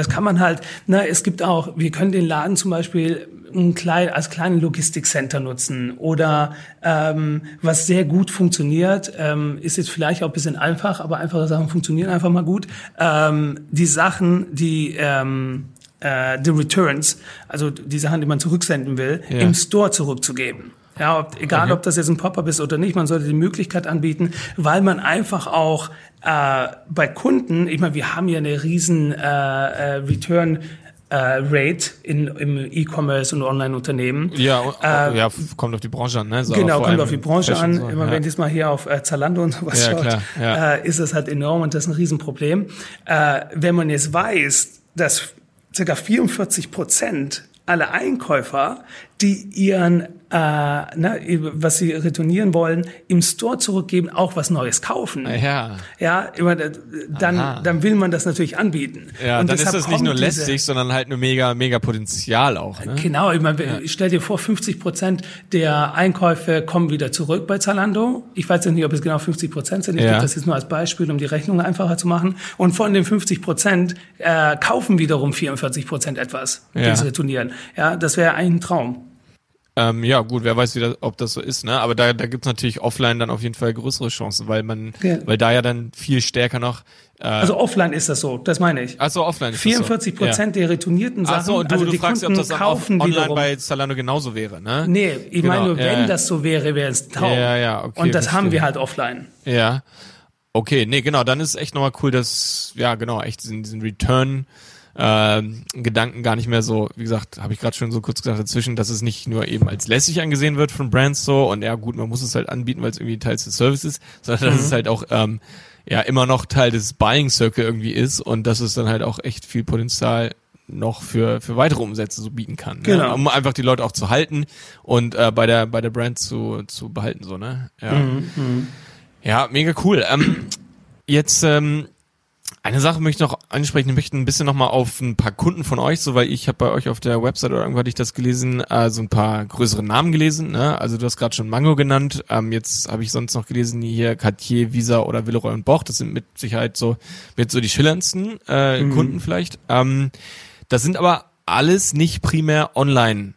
S1: halt, na, es gibt auch, wir können den Laden zum Beispiel ein klein, als kleinen Logistikcenter nutzen oder ähm, was sehr gut funktioniert, ähm, ist jetzt vielleicht auch ein bisschen einfach, aber einfache Sachen funktionieren einfach mal gut. Ähm, die Sachen, die ähm, äh, die Returns, also die Sachen, die man zurücksenden will, ja. im Store zurückzugeben. Ja, ob, egal, okay. ob das jetzt ein Pop-up ist oder nicht, man sollte die Möglichkeit anbieten, weil man einfach auch äh, bei Kunden, ich meine, wir haben ja eine riesen äh, äh, Return Uh, Rate in, im E-Commerce und Online-Unternehmen.
S2: Ja,
S1: uh,
S2: ja, kommt auf die Branche an. Ne? So
S1: genau, kommt auf die Branche an.
S2: So,
S1: Immer
S2: ja.
S1: wenn ich mal hier auf uh, Zalando und sowas
S2: ja,
S1: schaut,
S2: klar, ja.
S1: uh, ist das halt enorm und das ist ein Riesenproblem. Uh, wenn man jetzt weiß, dass ca. vierundvierzig Prozent aller Einkäufer, die ihren, äh, na, was sie retournieren wollen, im Store zurückgeben, auch was Neues kaufen.
S2: Ja.
S1: Ja, immer, dann, dann will man das natürlich anbieten.
S2: Ja,
S1: und
S2: dann ist das nicht nur lästig,
S1: diese,
S2: sondern halt nur mega, mega Potenzial auch. Ne?
S1: Genau, ich meine, ja. stell dir vor, fünfzig Prozent der Einkäufe kommen wieder zurück bei Zalando. Ich weiß jetzt nicht, ob es genau fünfzig Prozent sind. Ich ja. gebe das jetzt nur als Beispiel, um die Rechnung einfacher zu machen. Und von den fünfzig Prozent äh, kaufen wiederum vierundvierzig Prozent etwas, die
S2: ja.
S1: es retournieren. Ja, das wäre eigentlich ein Traum.
S2: Ähm, ja, gut, wer weiß, wie das, ob das so ist, ne? Aber da, da gibt's natürlich offline dann auf jeden Fall größere Chancen, weil man, ja. weil da ja dann viel stärker noch. Äh,
S1: also offline ist das so, das meine ich.
S2: Ach so, offline ist
S1: vierundvierzig Prozent
S2: so. ja.
S1: der retournierten Sachen.
S2: Ach so, und du,
S1: also
S2: du
S1: die
S2: fragst,
S1: Kunden
S2: ob das
S1: kaufen
S2: online
S1: wiederum.
S2: bei Zalando genauso wäre, ne?
S1: Nee, ich
S2: genau.
S1: meine nur, wenn
S2: ja.
S1: das so wäre, wäre es ein Traum.
S2: Ja, ja, okay.
S1: Und das
S2: verstehe.
S1: haben wir halt offline.
S2: Ja. Okay, nee, genau, dann ist echt nochmal cool, dass, ja, genau, echt diesen, diesen Return, äh, Gedanken gar nicht mehr so, wie gesagt, habe ich gerade schon so kurz gesagt dazwischen, dass es nicht nur eben als lässig angesehen wird von Brands so und ja gut, man muss es halt anbieten, weil es irgendwie Teil des Services ist, sondern mhm. dass es halt auch ähm, ja immer noch Teil des Buying Circle irgendwie ist und dass es dann halt auch echt viel Potenzial noch für für weitere Umsätze so bieten kann,
S1: genau.
S2: ne? Um einfach die Leute auch zu halten und äh, bei der bei der Brand zu zu behalten so, ne? Ja,
S1: mhm.
S2: ja, mega cool. Ähm, jetzt ähm, eine Sache möchte ich noch ansprechen, ich möchte ein bisschen nochmal auf ein paar Kunden von euch, so weil ich habe bei euch auf der Website oder irgendwo hatte ich das gelesen, äh, so ein paar größere Namen gelesen, ne? Also du hast gerade schon Mango genannt, ähm, jetzt habe ich sonst noch gelesen, hier Cartier, Visa oder Villeroy und Boch, das sind mit Sicherheit so mit so die schillerndsten äh, mhm. Kunden vielleicht. Ähm, das sind aber alles nicht primär Online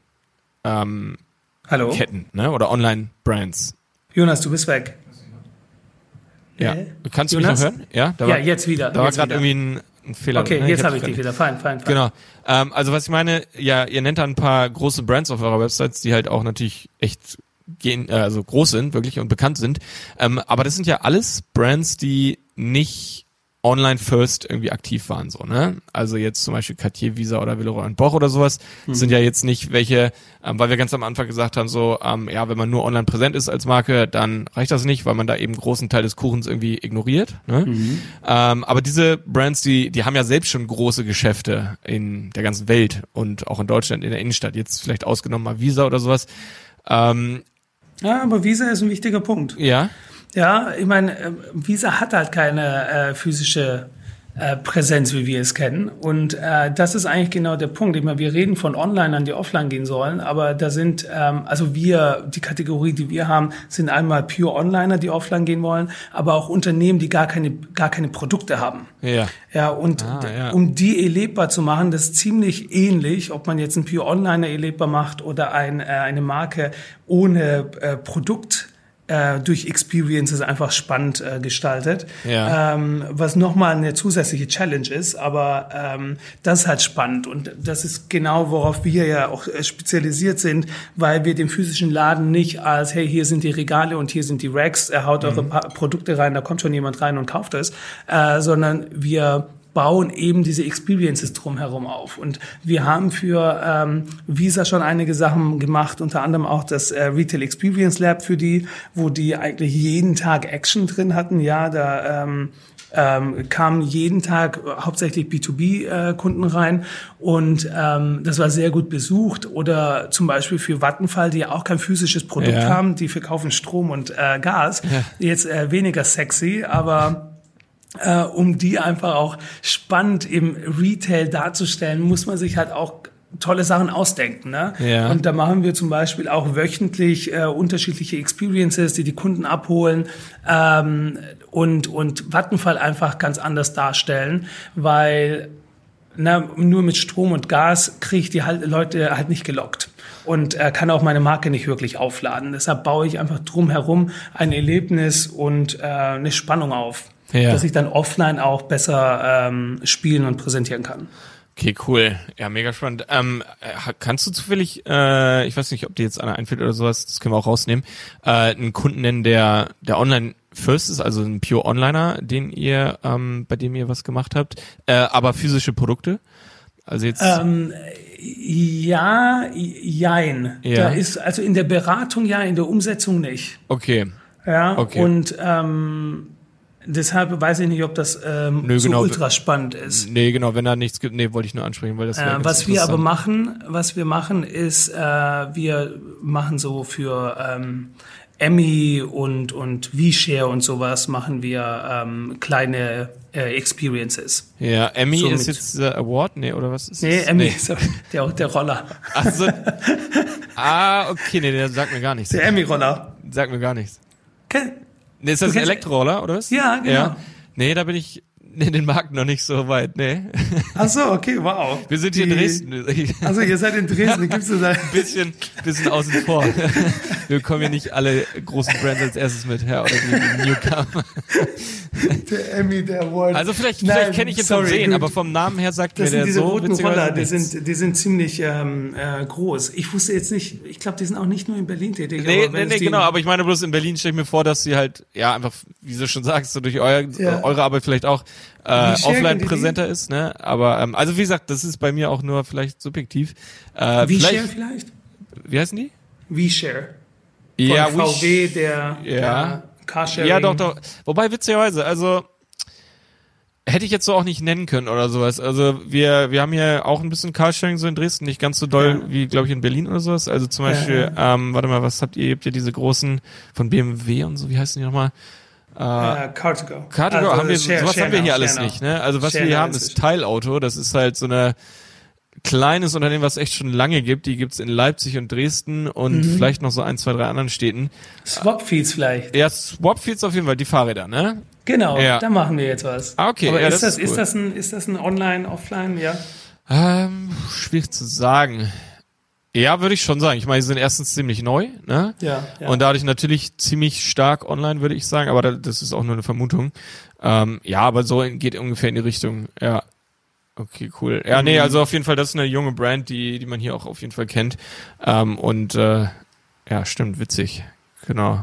S2: ähm,
S1: Hallo?
S2: Ketten, ne? Oder Online-Brands.
S1: Jonas, du bist weg.
S2: Ja,
S1: äh?
S2: kannst du
S1: Jonas?
S2: mich noch hören? Ja, da
S1: ja
S2: war,
S1: jetzt wieder.
S2: Da
S1: jetzt
S2: war gerade irgendwie ein, ein Fehler.
S1: Okay,
S2: ne?
S1: jetzt
S2: ich
S1: habe ich dich wieder. Fein, fein, fein.
S2: Genau. Ähm, also was ich meine, ja, ihr nennt da ein paar große Brands auf eurer Websites, die halt auch natürlich echt gehen, äh, also groß sind, wirklich und bekannt sind. Ähm, aber das sind ja alles Brands, die nicht online first irgendwie aktiv waren, so, ne? Also jetzt zum Beispiel Cartier, Visa oder Villeroy und Boch oder sowas, mhm. sind ja jetzt nicht welche, ähm, weil wir ganz am Anfang gesagt haben, so, ähm, ja, wenn man nur online präsent ist als Marke, dann reicht das nicht, weil man da eben einen großen Teil des Kuchens irgendwie ignoriert, ne? Mhm. Ähm, aber diese Brands, die, die haben ja selbst schon große Geschäfte in der ganzen Welt und auch in Deutschland, in der Innenstadt, jetzt vielleicht ausgenommen mal Visa oder sowas. Ähm,
S1: ja, aber Visa ist ein wichtiger Punkt.
S2: Ja.
S1: Ja, ich meine, Visa hat halt keine äh, physische äh, Präsenz, wie wir es kennen. Und äh, das ist eigentlich genau der Punkt. Ich meine, wir reden von Onlinern, die offline gehen sollen, aber da sind, ähm, also wir, die Kategorie, die wir haben, sind einmal pure Onliner, die offline gehen wollen, aber auch Unternehmen, die gar keine, gar keine Produkte haben.
S2: Ja.
S1: Ja, und
S2: ah, ja.
S1: um die erlebbar zu machen, das ist ziemlich ähnlich, ob man jetzt einen pure Onliner erlebbar macht oder ein, äh, eine Marke ohne äh, Produkt durch Experiences einfach spannend äh, gestaltet,
S2: ja.
S1: ähm, was nochmal eine zusätzliche Challenge ist, aber ähm, das ist halt spannend und das ist genau, worauf wir ja auch äh, spezialisiert sind, weil wir den physischen Laden nicht als, hey, hier sind die Regale und hier sind die Racks, er haut mhm. eure pa- Produkte rein, da kommt schon jemand rein und kauft es, äh, sondern wir bauen eben diese Experiences drumherum auf. Und wir haben für ähm, Visa schon einige Sachen gemacht, unter anderem auch das äh, Retail Experience Lab für die, wo die eigentlich jeden Tag Action drin hatten. Ja, da ähm, ähm, kamen jeden Tag hauptsächlich B zwei B-Kunden äh, rein und ähm, das war sehr gut besucht. Oder zum Beispiel für Vattenfall, die ja auch kein physisches Produkt
S2: ja.
S1: haben, die verkaufen Strom und äh, Gas.
S2: Ja.
S1: Jetzt äh, weniger sexy, aber Äh, um die einfach auch spannend im Retail darzustellen, muss man sich halt auch tolle Sachen ausdenken, ne?
S2: Ja.
S1: Und da machen wir zum Beispiel auch wöchentlich äh, unterschiedliche Experiences, die die Kunden abholen ähm, und und Vattenfall einfach ganz anders darstellen, weil na, nur mit Strom und Gas kriege ich die halt, Leute halt nicht gelockt und äh, kann auch meine Marke nicht wirklich aufladen. Deshalb baue ich einfach drumherum ein Erlebnis und äh, eine Spannung auf, ja. dass ich dann offline auch besser ähm, spielen und präsentieren kann.
S2: Okay, cool. Ja, mega spannend. Ähm, kannst du zufällig, äh, ich weiß nicht, ob dir jetzt einer einfällt oder sowas, das können wir auch rausnehmen, äh, einen Kunden nennen, der der online first ist, also ein Pure Onliner, den ihr, ähm, bei dem ihr was gemacht habt, äh, aber physische Produkte? Also jetzt.
S1: Ähm, ja, jein.
S2: Ja.
S1: Da ist also in der Beratung ja, in der Umsetzung nicht.
S2: Okay.
S1: Ja.
S2: Okay.
S1: Und ähm, deshalb weiß ich nicht, ob das ähm,
S2: Nö,
S1: so
S2: genau.
S1: ultra spannend ist.
S2: Nee, genau, wenn da nichts gibt, nee, wollte ich nur ansprechen, weil das
S1: äh, Was wir aber machen, was wir machen, ist, äh, wir machen so für ähm, Emmy und und V-Share und sowas machen wir ähm, kleine äh, Experiences.
S2: Ja, Emmy
S1: so
S2: ist jetzt der Award, nee, oder was ist
S1: nee,
S2: das?
S1: Emmy, nee, Emmy, der der Roller.
S2: Ach so. Ah, okay, nee, der sagt mir gar nichts.
S1: Der Emmy-Roller.
S2: Sagt mir gar nichts.
S1: Okay.
S2: Nee, ist das ein Elektroroller, oder was?
S1: Ja, genau. Ja.
S2: Nee, da bin ich in den Markt noch nicht so weit, nee.
S1: Ach so, okay, wow.
S2: Wir sind hier
S1: Die,
S2: in Dresden.
S1: Also ihr seid in Dresden, gibt's da
S2: ein bisschen, bisschen außen vor. Wir bekommen hier nicht alle großen Brands als erstes mit, ja, oder die, die Newcomer.
S1: Der Emmy, der Award.
S2: Also vielleicht, vielleicht kenne ich ihn vom Sehen, aber vom Namen her sagt
S1: das
S2: mir der
S1: diese
S2: so.
S1: Roten Roller, die sind, die sind ziemlich ähm, äh, groß. Ich wusste jetzt nicht, ich glaube, die sind auch nicht nur in Berlin tätig.
S2: Nee,
S1: aber
S2: nee, nee, genau, aber ich meine bloß in Berlin stelle ich mir vor, dass sie halt, ja, einfach, wie du schon sagst, so durch euer, ja. eure Arbeit vielleicht auch äh, offline präsenter ist, ne? Aber, ähm, also wie gesagt, das ist bei mir auch nur vielleicht subjektiv. Äh,
S1: V-Share vielleicht?
S2: Wie heißen die?
S1: V-Share. Von
S2: ja,
S1: V W, der,
S2: ja.
S1: der Carsharing.
S2: Ja, doch, doch. Wobei, witzigerweise, also hätte ich jetzt so auch nicht nennen können oder sowas. Also wir wir haben hier auch ein bisschen Carsharing so in Dresden, nicht ganz so doll ja. wie, glaube ich, in Berlin oder sowas. Also zum Beispiel, ja, ja. Ähm, warte mal, was habt ihr? Ihr habt ja diese großen von B M W und so, wie heißen die nochmal? Äh,
S1: uh, Car2Go.
S2: Car2Go also haben wir, Share, sowas Share haben wir hier now, alles nicht, ne? Also was Share wir hier haben, ist Teilauto. Das ist halt so eine kleines Unternehmen, was echt schon lange gibt. Die gibt's in Leipzig und Dresden und mhm. vielleicht noch so ein, zwei, drei anderen Städten.
S1: Swapfeeds vielleicht.
S2: Ja, Swapfeeds auf jeden Fall, die Fahrräder, ne?
S1: Genau,
S2: ja.
S1: da machen wir jetzt was.
S2: Ah, okay.
S1: Aber
S2: ja,
S1: ist, das,
S2: das ist,
S1: ist,
S2: cool.
S1: das ein, ist das ein Online, Offline, ja?
S2: Ähm, schwierig zu sagen. Ja, würde ich schon sagen. Ich meine, sie sind erstens ziemlich neu, ne?
S1: Ja, ja.
S2: Und dadurch natürlich ziemlich stark online, würde ich sagen. Aber das ist auch nur eine Vermutung. Ähm, ja, aber so geht ungefähr in die Richtung, ja. Okay, cool. Ja, nee, also auf jeden Fall, das ist eine junge Brand, die die man hier auch auf jeden Fall kennt. Ähm, und äh, ja, stimmt, witzig. Genau.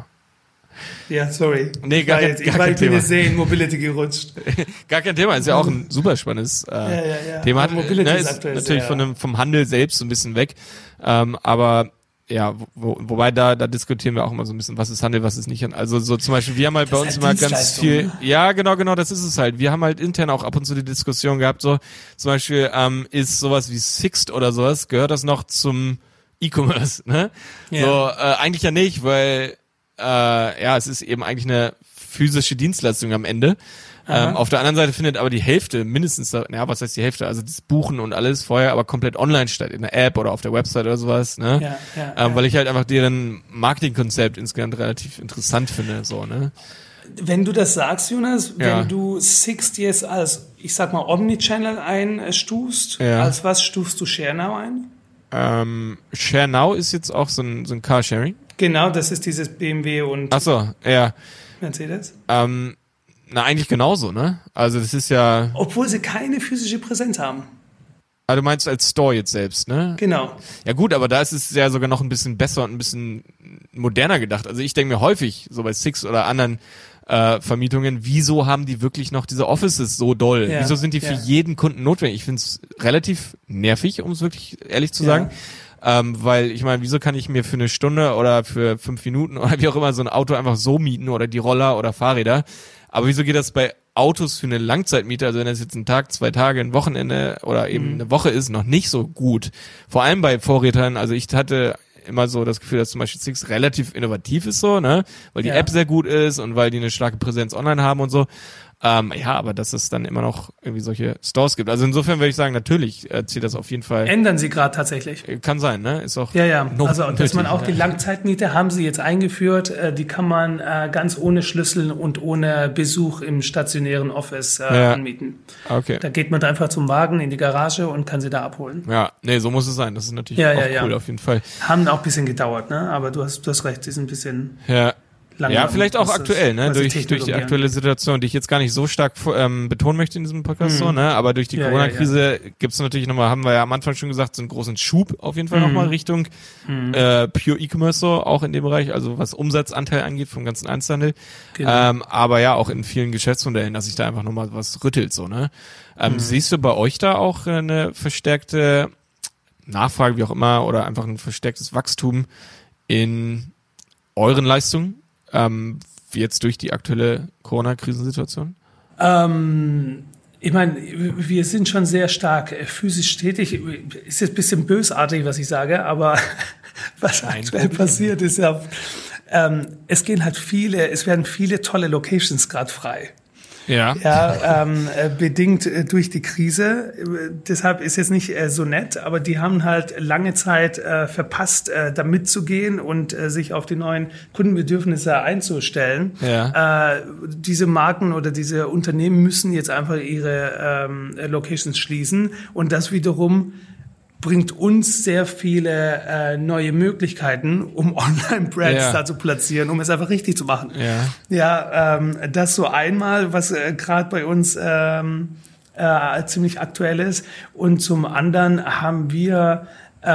S1: Ja, sorry.
S2: Nee, gar, kein,
S1: jetzt,
S2: gar
S1: ich war,
S2: kein
S1: ich bin
S2: Thema.
S1: jetzt sehr in Mobility gerutscht.
S2: Gar kein Thema, ist ja auch ein super spannendes äh,
S1: ja, ja, ja.
S2: Thema. Hat,
S1: Mobility
S2: ne,
S1: ist
S2: ist
S1: aktuell
S2: natürlich
S1: sehr,
S2: von dem, vom Handel selbst so ein bisschen weg. Ähm, aber ja, wo, wobei da da diskutieren wir auch immer so ein bisschen, was ist Handel, was ist nicht Handel. Also so zum Beispiel, wir haben halt
S1: das
S2: bei uns
S1: halt
S2: immer ganz viel,
S1: ne?
S2: ja genau, genau, das ist es halt. Wir haben halt intern auch ab und zu die Diskussion gehabt, so zum Beispiel ähm, ist sowas wie Sixt oder sowas, gehört das noch zum E-Commerce, ne?
S1: Ja.
S2: So, äh, eigentlich ja nicht, weil äh, ja, es ist eben eigentlich eine physische Dienstleistung am Ende. Ähm, auf der anderen Seite findet aber die Hälfte, mindestens, naja, was heißt die Hälfte? Also das Buchen und alles vorher aber komplett online statt, in der App oder auf der Website oder sowas, ne?
S1: Ja, ja,
S2: ähm,
S1: ja.
S2: Weil ich halt einfach deren Marketingkonzept insgesamt relativ interessant finde, so, ne?
S1: Wenn du das sagst, Jonas,
S2: Ja.
S1: wenn du Sixt jetzt als, ich sag mal, Omnichannel einstufst,
S2: Ja.
S1: als was stufst du ShareNow ein?
S2: Ähm, ShareNow ist jetzt auch so ein, so ein Carsharing.
S1: Genau, das ist dieses B M W und
S2: Ach so, ja.
S1: Mercedes.
S2: Ähm, na, eigentlich genauso, ne? Also das ist ja...
S1: Obwohl sie keine physische Präsenz haben.
S2: Ah, du meinst als Store jetzt selbst, ne?
S1: Genau.
S2: Ja gut, aber da ist es ja sogar noch ein bisschen besser und ein bisschen moderner gedacht. Also ich denke mir häufig, so bei Sixt oder anderen äh, Vermietungen, wieso haben die wirklich noch diese Offices so doll?
S1: Ja,
S2: Wieso sind die für
S1: ja.
S2: jeden Kunden notwendig? Ich finde es relativ nervig, um es wirklich ehrlich zu
S1: Ja.
S2: sagen. Ähm, weil ich meine, wieso kann ich mir für eine Stunde oder für fünf Minuten oder wie auch immer so ein Auto einfach so mieten oder die Roller oder Fahrräder? Aber wieso geht das bei Autos für eine Langzeitmiete, also wenn das jetzt ein Tag, zwei Tage, ein Wochenende oder eben
S1: Mhm.
S2: eine Woche ist, noch nicht so gut? Vor allem bei Vorrätern, also ich hatte immer so das Gefühl, dass zum Beispiel Sixt relativ innovativ ist so, ne, weil die
S1: Ja.
S2: App sehr gut ist und weil die eine starke Präsenz online haben und so. Ähm, ja, aber dass es dann immer noch irgendwie solche Stores gibt. Also insofern würde ich sagen, natürlich äh, zieht das auf jeden Fall.
S1: Ändern sie gerade tatsächlich.
S2: Kann sein, ne? Ist auch.
S1: Ja, ja. Also, dass man auch
S2: ja.
S1: die Langzeitmiete haben sie jetzt eingeführt. Äh, die kann man äh, ganz ohne Schlüssel und ohne Besuch im stationären Office äh,
S2: ja.
S1: anmieten.
S2: Okay.
S1: Da geht man einfach zum Wagen in die Garage und kann sie da abholen.
S2: Ja, nee, so muss es sein. Das ist natürlich
S1: ja,
S2: auch
S1: ja,
S2: cool
S1: ja.
S2: auf jeden Fall.
S1: Haben auch ein bisschen gedauert, ne? Aber du hast, du hast recht, die sind ein bisschen.
S2: Ja.
S1: Langsam,
S2: ja, vielleicht auch aktuell, ne? Durch, durch die aktuelle Situation, die ich jetzt gar nicht so stark ähm, betonen möchte in diesem Podcast, mhm. so, ne? Aber durch die ja, Corona-Krise ja, ja. gibt's natürlich nochmal, haben wir ja am Anfang schon gesagt, so einen großen Schub auf jeden Fall mhm. nochmal Richtung mhm. äh, Pure E-Commerce, so, auch in dem Bereich, also was Umsatzanteil angeht vom ganzen Einzelhandel. Genau. Ähm, aber ja, auch in vielen Geschäftsmodellen, dass sich da einfach nochmal was rüttelt, so, ne? Ähm, mhm. Siehst du bei euch da auch eine verstärkte Nachfrage, wie auch immer, oder einfach ein verstärktes Wachstum in euren Leistungen? Ähm, jetzt durch die aktuelle Corona-Krisensituation?
S1: Ähm, ich meine, wir sind schon sehr stark physisch tätig. Ist jetzt ein bisschen bösartig, was ich sage, aber was Nein, aktuell passiert ist ja, ähm, es gehen halt viele, es werden viele tolle Locations gerade frei.
S2: Ja.
S1: Ja, ähm, bedingt äh, durch die Krise. Deshalb ist jetzt nicht äh, so nett, aber die haben halt lange Zeit äh, verpasst, äh, da mitzugehen und äh, sich auf die neuen Kundenbedürfnisse einzustellen.
S2: Ja.
S1: Äh, diese Marken oder diese Unternehmen müssen jetzt einfach ihre ähm, Locations schließen und das wiederum bringt uns sehr viele äh, neue Möglichkeiten, um Online-Brands
S2: ja.
S1: da zu platzieren, um es einfach richtig zu machen.
S2: Ja,
S1: ja ähm, das so einmal, was äh, gerade bei uns ähm, äh, ziemlich aktuell ist. Und zum anderen haben wir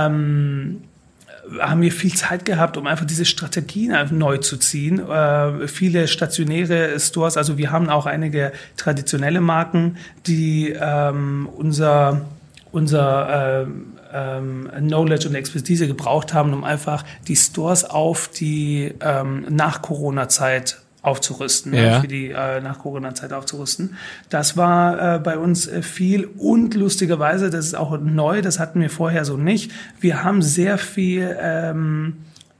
S1: ähm, haben wir viel Zeit gehabt, um einfach diese Strategien einfach neu zu ziehen. Äh, viele stationäre Stores, also wir haben auch einige traditionelle Marken, die ähm, unser unser ähm, ähm, Knowledge und Expertise gebraucht haben, um einfach die Stores auf die ähm, Nach-Corona-Zeit aufzurüsten,
S2: ja.
S1: äh, für die äh, Nach-Corona-Zeit aufzurüsten. Das war äh, bei uns äh, viel und lustigerweise, das ist auch neu, das hatten wir vorher so nicht. Wir haben sehr viel ähm,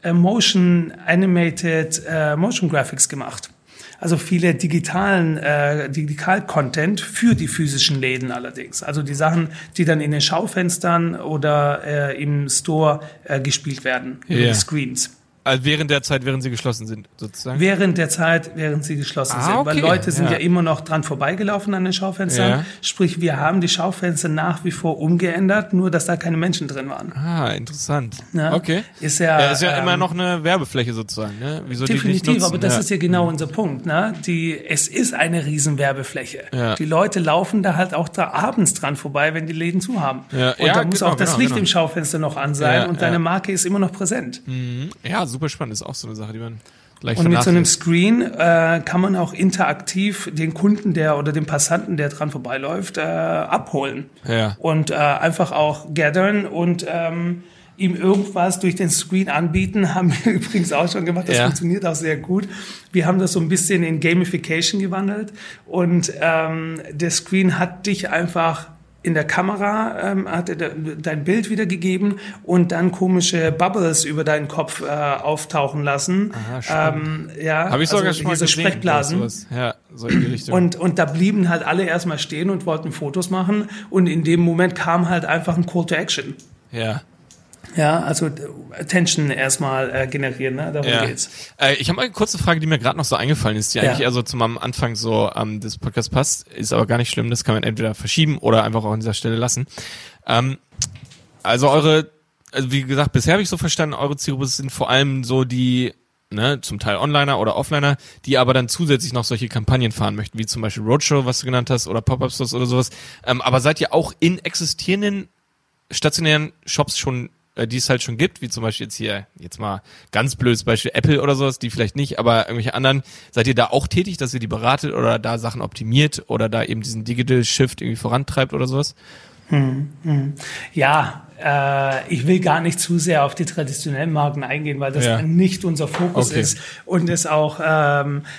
S1: Motion Animated äh, Motion Graphics gemacht. Also viele digitalen, äh, Digital-Content für die physischen Läden allerdings. Also die Sachen, die dann in den Schaufenstern oder äh, im Store äh, gespielt werden, über
S2: yeah.
S1: die Screens.
S2: Also während der Zeit, während sie geschlossen sind, sozusagen?
S1: Während der Zeit, während sie geschlossen
S2: ah,
S1: sind.
S2: Okay.
S1: Weil Leute sind ja.
S2: ja
S1: immer noch dran vorbeigelaufen an den Schaufenstern.
S2: Ja.
S1: Sprich, wir haben die Schaufenster nach wie vor umgeändert, nur dass da keine Menschen drin waren.
S2: Ah, interessant.
S1: Ja?
S2: Okay.
S1: Ist ja,
S2: ja, ist ja ähm, immer noch eine Werbefläche sozusagen, ne? Wieso
S1: definitiv,
S2: die nicht nutzen?
S1: aber das
S2: ja.
S1: ist ja genau unser Punkt, ne? Die, es ist eine riesen Werbefläche.
S2: Ja.
S1: Die Leute laufen da halt auch da abends dran vorbei, wenn die Läden zu haben.
S2: Ja.
S1: Und
S2: ja,
S1: da muss
S2: genau,
S1: auch das
S2: genau,
S1: Licht
S2: genau.
S1: im Schaufenster noch an sein
S2: ja,
S1: und deine
S2: ja.
S1: Marke ist immer noch präsent.
S2: Mhm. Ja, super spannend, ist auch so eine Sache, die man gleich
S1: Und mit so einem Screen äh, kann man auch interaktiv den Kunden, der oder den Passanten, der dran vorbeiläuft, äh, abholen.
S2: Ja.
S1: Und äh, einfach auch gathern und ähm, ihm irgendwas durch den Screen anbieten, haben wir übrigens auch schon gemacht. Das
S2: ja.
S1: funktioniert auch sehr gut. Wir haben das so ein bisschen in Gamification gewandelt und ähm, der Screen hat dich einfach in der Kamera ähm, hat er dein Bild wiedergegeben und dann komische Bubbles über deinen Kopf äh, auftauchen lassen.
S2: Aha,
S1: ähm, ja,
S2: habe ich sogar
S1: also
S2: schon mal
S1: so
S2: gesehen.
S1: Sprechblasen.
S2: Ja, so in die Richtung.
S1: Und, und da blieben halt alle erstmal stehen und wollten Fotos machen und in dem Moment kam halt einfach ein Call to Action.
S2: Ja.
S1: Ja, also Attention erstmal äh, generieren, ne? Darum
S2: ja.
S1: geht's.
S2: Äh, ich habe mal eine kurze Frage, die mir gerade noch so eingefallen ist, die
S1: ja.
S2: eigentlich eher so zum am Anfang so ähm, des Podcasts passt, ist aber gar nicht schlimm, das kann man entweder verschieben oder einfach auch an dieser Stelle lassen. Ähm, also eure, also wie gesagt, bisher habe ich so verstanden, eure Zielgruppe sind vor allem so die, ne, zum Teil Onliner oder Offliner, die aber dann zusätzlich noch solche Kampagnen fahren möchten, wie zum Beispiel Roadshow, was du genannt hast, oder Pop-Up-Stores oder sowas. Ähm, aber seid ihr auch in existierenden stationären Shops schon, die es halt schon gibt, wie zum Beispiel jetzt hier, jetzt mal ganz blödes Beispiel Apple oder sowas, die vielleicht nicht, aber irgendwelche anderen, seid ihr da auch tätig, dass ihr die beratet oder da Sachen optimiert oder da eben diesen Digital Shift irgendwie vorantreibt oder sowas?
S1: Hm, hm. Ja, äh, ich will gar nicht zu sehr auf die traditionellen Marken eingehen, weil das
S2: ja.
S1: nicht unser Fokus
S2: okay.
S1: ist und es auch ähm,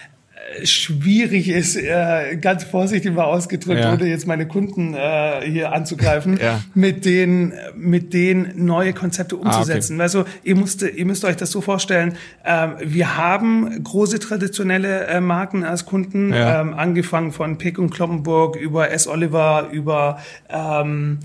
S1: schwierig ist, äh, ganz vorsichtig mal ausgedrückt,
S2: Ja.
S1: ohne jetzt meine Kunden äh, hier anzugreifen,
S2: Ja.
S1: mit denen mit denen neue Konzepte umzusetzen.
S2: Ah, okay.
S1: Also ihr müsst ihr müsst euch das so vorstellen: ähm, Wir haben große traditionelle äh, Marken als Kunden,
S2: Ja.
S1: ähm, angefangen von Pick und Kloppenburg über S. Oliver über ähm,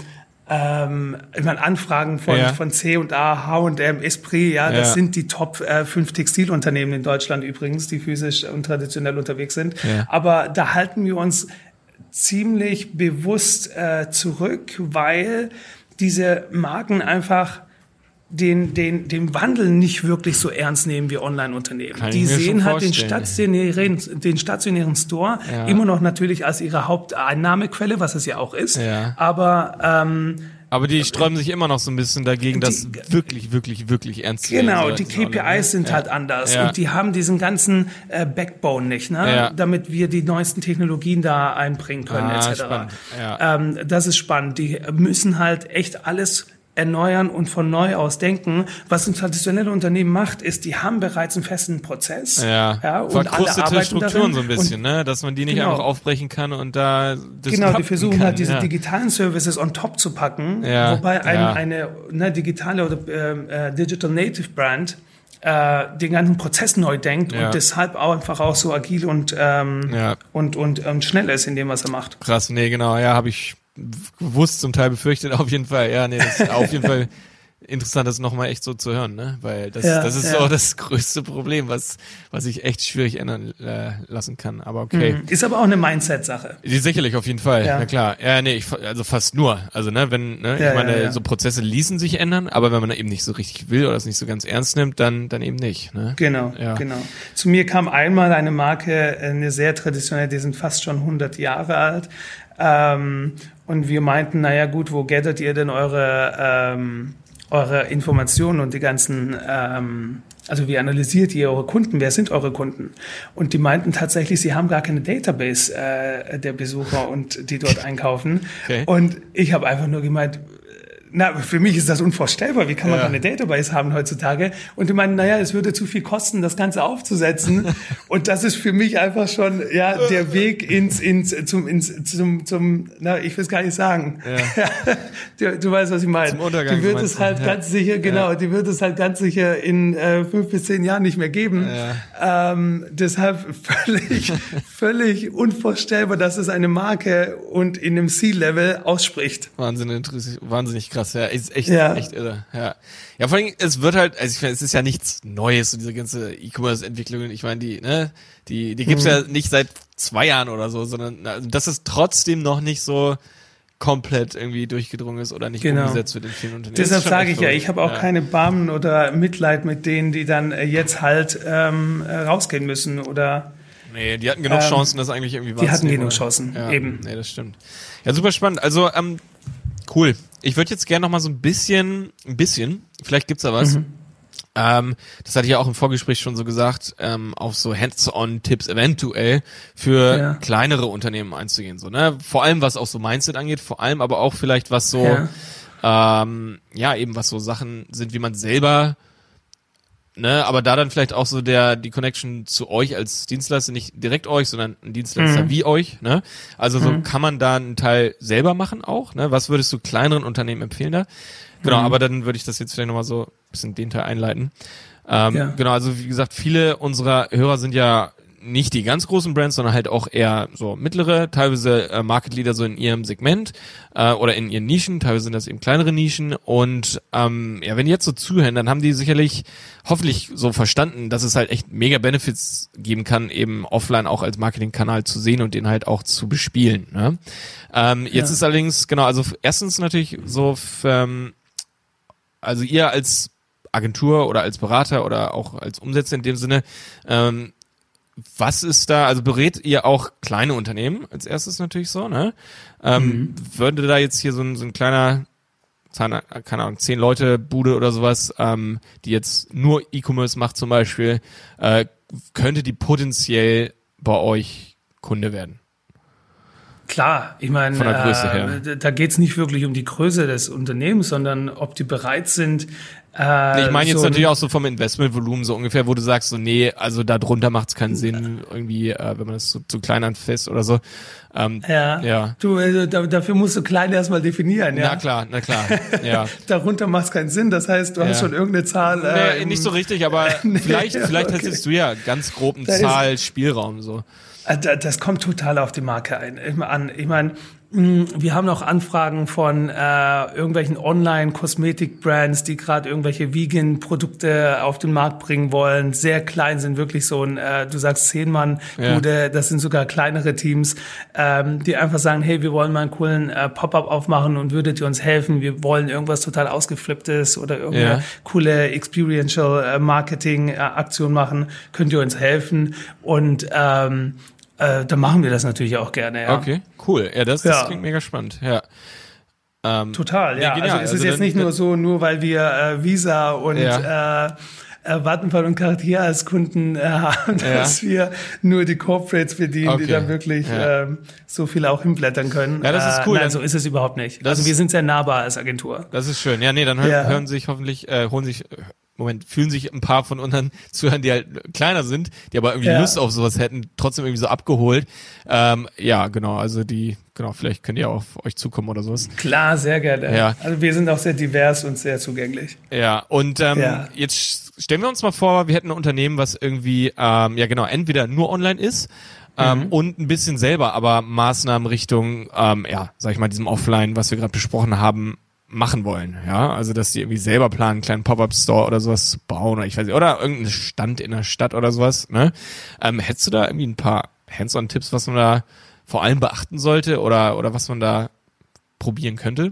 S1: Ähm, ich meine, Anfragen von,
S2: Ja.
S1: von C und A, H und M, Esprit, ja, das
S2: Ja.
S1: sind die Top äh, fünf Textilunternehmen in Deutschland übrigens, die physisch und traditionell unterwegs sind.
S2: Ja.
S1: Aber da halten wir uns ziemlich bewusst äh, zurück, weil diese Marken einfach den, den, den Wandel nicht wirklich so ernst nehmen wie Online-Unternehmen.
S2: Kann ich
S1: Die
S2: mir schon
S1: sehen halt den
S2: vorstellen.
S1: stationären, den stationären Store
S2: Ja.
S1: immer noch natürlich als ihre Haupteinnahmequelle, was es ja auch ist.
S2: Ja.
S1: Aber ähm,
S2: Aber die sträuben sich immer noch so ein bisschen dagegen, das
S1: Die-
S2: wirklich, wirklich, wirklich ernst zu nehmen.
S1: Genau,
S2: So,
S1: die
S2: das
S1: K
S2: ist auch
S1: P
S2: nicht-
S1: Is sind
S2: ja.
S1: halt anders
S2: Ja.
S1: und die haben diesen ganzen äh, Backbone nicht, ne?
S2: Ja.
S1: Damit wir die neuesten Technologien da einbringen können,
S2: Ah,
S1: et cetera.
S2: spannend. Ja.
S1: Ähm, das ist spannend. Die müssen halt echt alles erneuern und von neu aus denken. Was ein traditionelles Unternehmen macht, ist, die haben bereits einen festen Prozess.
S2: Ja,
S1: ja und alle
S2: verkrustete
S1: arbeiten
S2: Strukturen
S1: darin.
S2: so ein bisschen, ne? Dass man die nicht
S1: Genau.
S2: einfach aufbrechen kann und da
S1: Genau, die
S2: disrupten
S1: versuchen
S2: kann.
S1: halt diese
S2: ja.
S1: digitalen Services on top zu packen,
S2: Ja,
S1: wobei ein,
S2: ja.
S1: eine ne, digitale oder ähm, äh, Digital Native Brand äh, den ganzen Prozess neu denkt
S2: Ja.
S1: und deshalb auch einfach auch so agil und, ähm,
S2: Ja.
S1: und, und, und schnell ist in dem, was er macht.
S2: Krass, nee, genau, ja, habe ich gewusst, zum Teil befürchtet, auf jeden Fall. Ja, nee, das ist auf jeden Fall interessant, das nochmal echt so zu hören, ne? Weil das,
S1: Ja,
S2: das ist
S1: ja.
S2: so das größte Problem, was, was ich echt schwierig ändern äh, lassen kann. Aber okay.
S1: Mhm. Ist aber auch eine Mindset-Sache.
S2: Die sicherlich auf jeden Fall,
S1: Ja.
S2: na klar. Ja, nee, ich, also fast nur. Also, ne, wenn, ne,
S1: Ja,
S2: ich meine,
S1: ja, ja.
S2: so Prozesse ließen sich ändern, aber wenn man eben nicht so richtig will oder es nicht so ganz ernst nimmt, dann, dann eben nicht, ne?
S1: Genau,
S2: Ja.
S1: genau. Zu mir kam einmal eine Marke, eine sehr traditionelle, die sind fast schon hundert Jahre alt. Ähm, und wir meinten, naja gut, wo gathert ihr denn eure, ähm, eure Informationen und die ganzen, ähm, also wie analysiert ihr eure Kunden, wer sind eure Kunden? Und die meinten tatsächlich, sie haben gar keine Database äh, der Besucher und die dort einkaufen.
S2: Okay.
S1: Und ich habe einfach nur gemeint, na, für mich ist das unvorstellbar. Wie kann man
S2: Ja.
S1: keine Database haben heutzutage? Und die meinen, naja, es würde zu viel kosten, das Ganze aufzusetzen. Und das ist für mich einfach schon, ja, der Weg ins, ins, zum, ins, zum, zum, na, ich will es gar nicht sagen.
S2: Ja.
S1: du, du weißt, was ich meine.
S2: Zum Untergang,
S1: Die wird
S2: meinst
S1: es
S2: du?
S1: halt
S2: Ja.
S1: ganz sicher, genau, die wird es halt ganz sicher in äh, fünf bis zehn Jahren nicht mehr geben. Ähm, deshalb völlig, völlig unvorstellbar, dass es eine Marke und in einem C-Level ausspricht.
S2: Wahnsinn, interess- wahnsinnig krass, ja, ist echt,
S1: Ja.
S2: echt irre, ja. Ja, vor allem, es wird halt, also ich meine, es ist ja nichts Neues, so diese ganze E-Commerce-Entwicklung, ich meine, die, ne, die, die gibt's
S1: Mhm.
S2: ja nicht seit zwei Jahren oder so, sondern, also, dass es trotzdem noch nicht so komplett irgendwie durchgedrungen ist oder nicht
S1: Genau.
S2: umgesetzt wird in vielen Unternehmen.
S1: Deshalb
S2: Das ist schon
S1: sage
S2: echt
S1: ich ja,
S2: verrückt.
S1: ich habe auch
S2: ja.
S1: keine Barmen oder Mitleid mit denen, die dann äh, jetzt halt ähm, äh, rausgehen müssen oder
S2: Nee, die hatten genug
S1: Ähm,
S2: Chancen, das eigentlich irgendwie
S1: die hatten
S2: wahrzunehmen,
S1: genug
S2: oder?
S1: Chancen,
S2: ja,
S1: eben.
S2: Nee, das stimmt. Ja, super spannend. Also, ähm, cool. Ich würde jetzt gerne noch mal so ein bisschen, ein bisschen, vielleicht gibt's da was.
S1: Mhm.
S2: Ähm, das hatte ich ja auch im Vorgespräch schon so gesagt, ähm, auf so Hands-on-Tipps eventuell für
S1: Ja.
S2: kleinere Unternehmen einzugehen. So, ne? Vor allem, was auch so Mindset angeht, vor allem aber auch vielleicht, was so,
S1: Ja.
S2: ähm, ja, eben was so Sachen sind, wie man selber, ne, aber da dann vielleicht auch so der, die Connection zu euch als Dienstleister, nicht direkt euch, sondern ein Dienstleister
S1: Mhm.
S2: wie euch, ne? Also so
S1: Mhm.
S2: kann man da einen Teil selber machen auch, ne? Was würdest du kleineren Unternehmen empfehlen da? Genau,
S1: Mhm.
S2: aber dann würde ich das jetzt vielleicht nochmal so ein bisschen den Teil einleiten. Ähm,
S1: Ja.
S2: Genau, also wie gesagt, viele unserer Hörer sind ja nicht die ganz großen Brands, sondern halt auch eher so mittlere, teilweise äh, Market Leader so in ihrem Segment äh, oder in ihren Nischen, teilweise sind das eben kleinere Nischen und ähm, ja, wenn die jetzt so zuhören, dann haben die sicherlich hoffentlich so verstanden, dass es halt echt mega Benefits geben kann, eben offline auch als Marketingkanal zu sehen und den halt auch zu bespielen. Ne? Ähm, jetzt
S1: Ja.
S2: ist allerdings, genau, also erstens natürlich so, f- ähm, also ihr als Agentur oder als Berater oder auch als Umsetzer in dem Sinne, ähm, was ist da, also berät ihr auch kleine Unternehmen als erstes natürlich so, ne? Ähm,
S1: Mhm.
S2: Würde da jetzt hier so ein, so ein kleiner, keine Ahnung, zehn Leute Bude oder sowas, ähm, die jetzt nur E-Commerce macht zum Beispiel, äh, könnte die potenziell bei euch Kunde werden?
S1: Klar, ich meine,
S2: Von der Größe
S1: äh,
S2: her.
S1: da- da geht's nicht wirklich um die Größe des Unternehmens, sondern ob die bereit sind,
S2: Nee, ich meine jetzt so natürlich auch so vom Investmentvolumen so ungefähr, wo du sagst so, nee, also da drunter macht es keinen Sinn, irgendwie, äh, wenn man das zu, zu klein anfasst oder so. Ähm,
S1: ja.
S2: ja.
S1: Du, also, da, dafür musst du klein erstmal definieren, ja.
S2: Na klar, na klar, ja.
S1: Darunter macht es keinen Sinn, das heißt, du ja. hast schon irgendeine Zahl.
S2: Äh, nee,
S1: im,
S2: nicht so richtig, aber nee, vielleicht, vielleicht
S1: okay.
S2: hättest du ja ganz grob eine Zahl, Spielraum so.
S1: Das kommt total auf die Marke ein, an. Ich meine, wir haben auch Anfragen von äh, irgendwelchen Online-Kosmetik-Brands, die gerade irgendwelche Vegan-Produkte auf den Markt bringen wollen. Sehr klein sind wirklich so ein, äh, du sagst zehn Mann, ja. Bude, das sind sogar kleinere Teams, ähm, die einfach sagen, hey, wir wollen mal einen coolen äh, Pop-up aufmachen und würdet ihr uns helfen? Wir wollen irgendwas total ausgeflipptes oder irgendeine ja. coole Experiential-Marketing-Aktion machen. Könnt ihr uns helfen? Und ähm, Äh, dann machen wir das natürlich auch gerne, ja.
S2: Okay, cool. Ja, das, das ja. klingt mega spannend, ja. Ähm,
S1: Total, ja. Genial. Also es ist also jetzt dann, nicht nur so, nur weil wir äh, Visa und ja. äh, äh, Vattenfall und Cartier als Kunden äh, haben, dass ja. wir nur die Corporates bedienen, okay. die dann wirklich ja. ähm, so viel auch hinblättern können.
S2: Ja, das ist cool.
S1: Äh, nein, so ist es überhaupt nicht. Also wir sind sehr nahbar als Agentur.
S2: Das ist schön. Ja, nee, dann hören, ja. hören sich hoffentlich, äh, holen sich Moment, fühlen sich ein paar von unseren Zuhörern, die halt kleiner sind, die aber irgendwie ja. Lust auf sowas hätten, trotzdem irgendwie so abgeholt. Ähm, ja, genau, also die, genau, vielleicht könnt ihr auch auf euch zukommen oder sowas.
S1: Klar, sehr gerne. Ja. Also wir sind auch sehr divers und sehr zugänglich.
S2: Ja, und ähm, ja. jetzt stellen wir uns mal vor, wir hätten ein Unternehmen, was irgendwie, ähm, ja genau, entweder nur online ist, Ähm, mhm. und ein bisschen selber, aber Maßnahmen Richtung, ähm, ja, sag ich mal, diesem Offline, was wir gerade besprochen haben, machen wollen, ja, also dass die irgendwie selber planen, einen kleinen Pop-Up-Store oder sowas zu bauen oder ich weiß nicht, oder irgendeinen Stand in der Stadt oder sowas, ne? Ähm, hättest du da irgendwie ein paar Hands-on-Tipps, was man da vor allem beachten sollte oder oder was man da probieren könnte?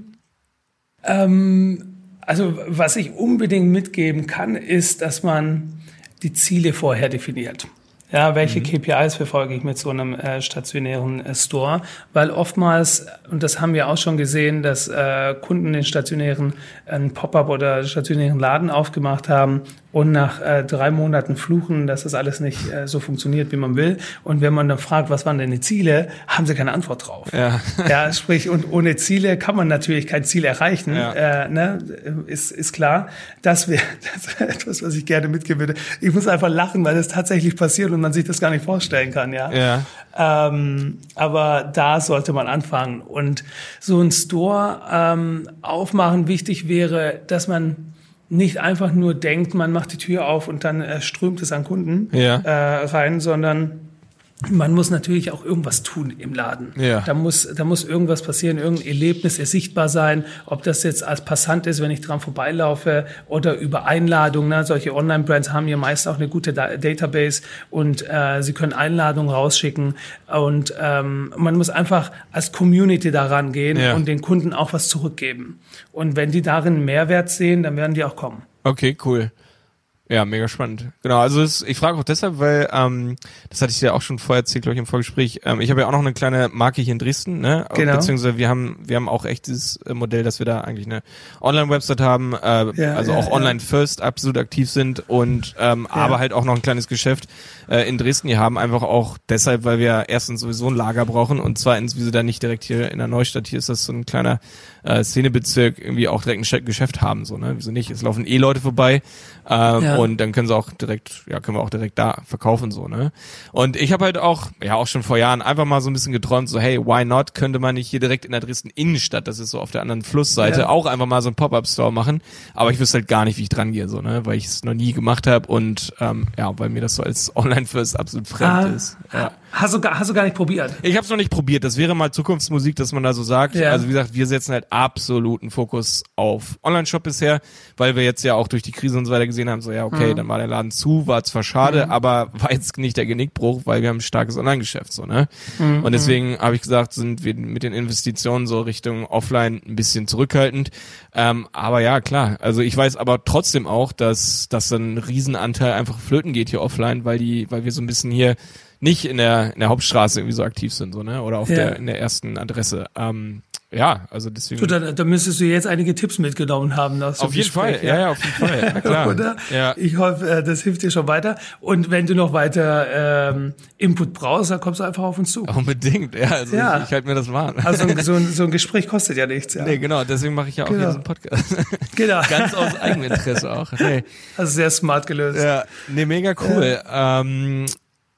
S1: Ähm, also was ich unbedingt mitgeben kann, ist, dass man die Ziele vorher definiert. Ja, welche mhm. K P Is verfolge ich mit so einem äh, stationären äh, Store? Weil oftmals, und das haben wir auch schon gesehen, dass äh, Kunden den stationären einen Pop-up oder stationären Laden aufgemacht haben und nach äh, drei Monaten fluchen, dass das alles nicht äh, so funktioniert, wie man will. Und wenn man dann fragt, was waren denn die Ziele, haben sie keine Antwort drauf. Ja, ja, sprich, und ohne Ziele kann man natürlich kein Ziel erreichen. Ja. Äh, ne? Ist ist klar. Das wäre etwas, was ich gerne mitgeben würde. Ich muss einfach lachen, weil das tatsächlich passiert und man sich das gar nicht vorstellen kann, ja.
S2: Ja.
S1: Ähm, aber da sollte man anfangen. Und so ein Store ähm, aufmachen, wichtig wäre, dass man nicht einfach nur denkt, man macht die Tür auf und dann äh, strömt es an Kunden ja. äh, rein, sondern man muss natürlich auch irgendwas tun im Laden. Ja. Da muss, da muss irgendwas passieren, irgendein Erlebnis sichtbar sein, ob das jetzt als Passant ist, wenn ich dran vorbeilaufe oder über Einladung. Ne? Solche Online-Brands haben ja meist auch eine gute da- Database und äh, sie können Einladungen rausschicken und ähm, man muss einfach als Community daran gehen ja. und den Kunden auch was zurückgeben. Und wenn die darin Mehrwert sehen, dann werden die auch kommen.
S2: Okay, cool. Ja, mega spannend. Genau, also das, ich frage auch deshalb, weil, ähm, das hatte ich dir auch schon vorher erzählt, glaube ich, im Vorgespräch, ähm, ich habe ja auch noch eine kleine Marke hier in Dresden, ne?
S1: Genau.
S2: Beziehungsweise wir haben wir haben auch echt dieses Modell, dass wir da eigentlich eine Online-Website haben, äh, ja, also ja, auch online-first ja. absolut aktiv sind und ähm, ja. aber halt auch noch ein kleines Geschäft äh, in Dresden hier haben, einfach auch deshalb, weil wir erstens sowieso ein Lager brauchen und zweitens, wie sie da nicht direkt hier in der Neustadt, hier ist das so ein kleiner äh, Szenebezirk, irgendwie auch direkt ein Geschäft haben, so, ne? Wieso nicht? Es laufen eh Leute vorbei, äh, ja. und dann können sie auch direkt, ja, können wir auch direkt da verkaufen, so, ne? Und ich habe halt auch, ja, auch schon vor Jahren einfach mal so ein bisschen geträumt, so, hey, why not? Könnte man nicht hier direkt in der Dresden Innenstadt, das ist so auf der anderen Flussseite, ja. auch einfach mal so ein Pop-Up-Store machen, aber ich wüsste halt gar nicht, wie ich dran gehe, so, ne? Weil ich es noch nie gemacht habe und, ähm, ja, weil mir das so als Online-First absolut fremd ah, ist. Ja.
S1: Hast du, gar, hast du gar nicht probiert?
S2: Ich habe es noch nicht probiert. Das wäre mal Zukunftsmusik, dass man da so sagt. Ja. Also wie gesagt, wir setzen halt absoluten Fokus auf Online-Shop bisher, weil wir jetzt ja auch durch die Krise und so weiter gesehen haben, so ja, okay, mhm. dann war der Laden zu, war zwar schade, mhm. aber war jetzt nicht der Genickbruch, weil wir haben ein starkes Online-Geschäft, so, ne? Mhm. Und deswegen habe ich gesagt, sind wir mit den Investitionen so Richtung Offline ein bisschen zurückhaltend. Ähm, aber ja, klar. Also ich weiß aber trotzdem auch, dass, dass ein Riesenanteil einfach flöten geht hier offline, weil die, weil wir so ein bisschen hier nicht in der in der Hauptstraße irgendwie so aktiv sind, so, ne? Oder auf ja. der in der ersten Adresse. Ähm, ja, also deswegen.
S1: Du, da, da müsstest du jetzt einige Tipps mitgenommen haben. Aus
S2: auf jeden Gespräch, Fall, ja, ja, auf jeden Fall, na klar.
S1: Oder?
S2: Ja.
S1: Ich hoffe, das hilft dir schon weiter. Und wenn du noch weiter ähm, Input brauchst, dann kommst du einfach auf uns zu.
S2: Unbedingt, ja, also
S1: ja.
S2: ich, ich halte mir das mal an.
S1: Also so ein, so ein Gespräch kostet ja nichts. Ja.
S2: Nee, genau, deswegen mache ich ja auch
S1: genau.
S2: hier diesen Podcast.
S1: Genau.
S2: Ganz aus Eigeninteresse auch. Nee.
S1: Also sehr smart gelöst.
S2: Ja, nee, mega cool. Ja. Ähm,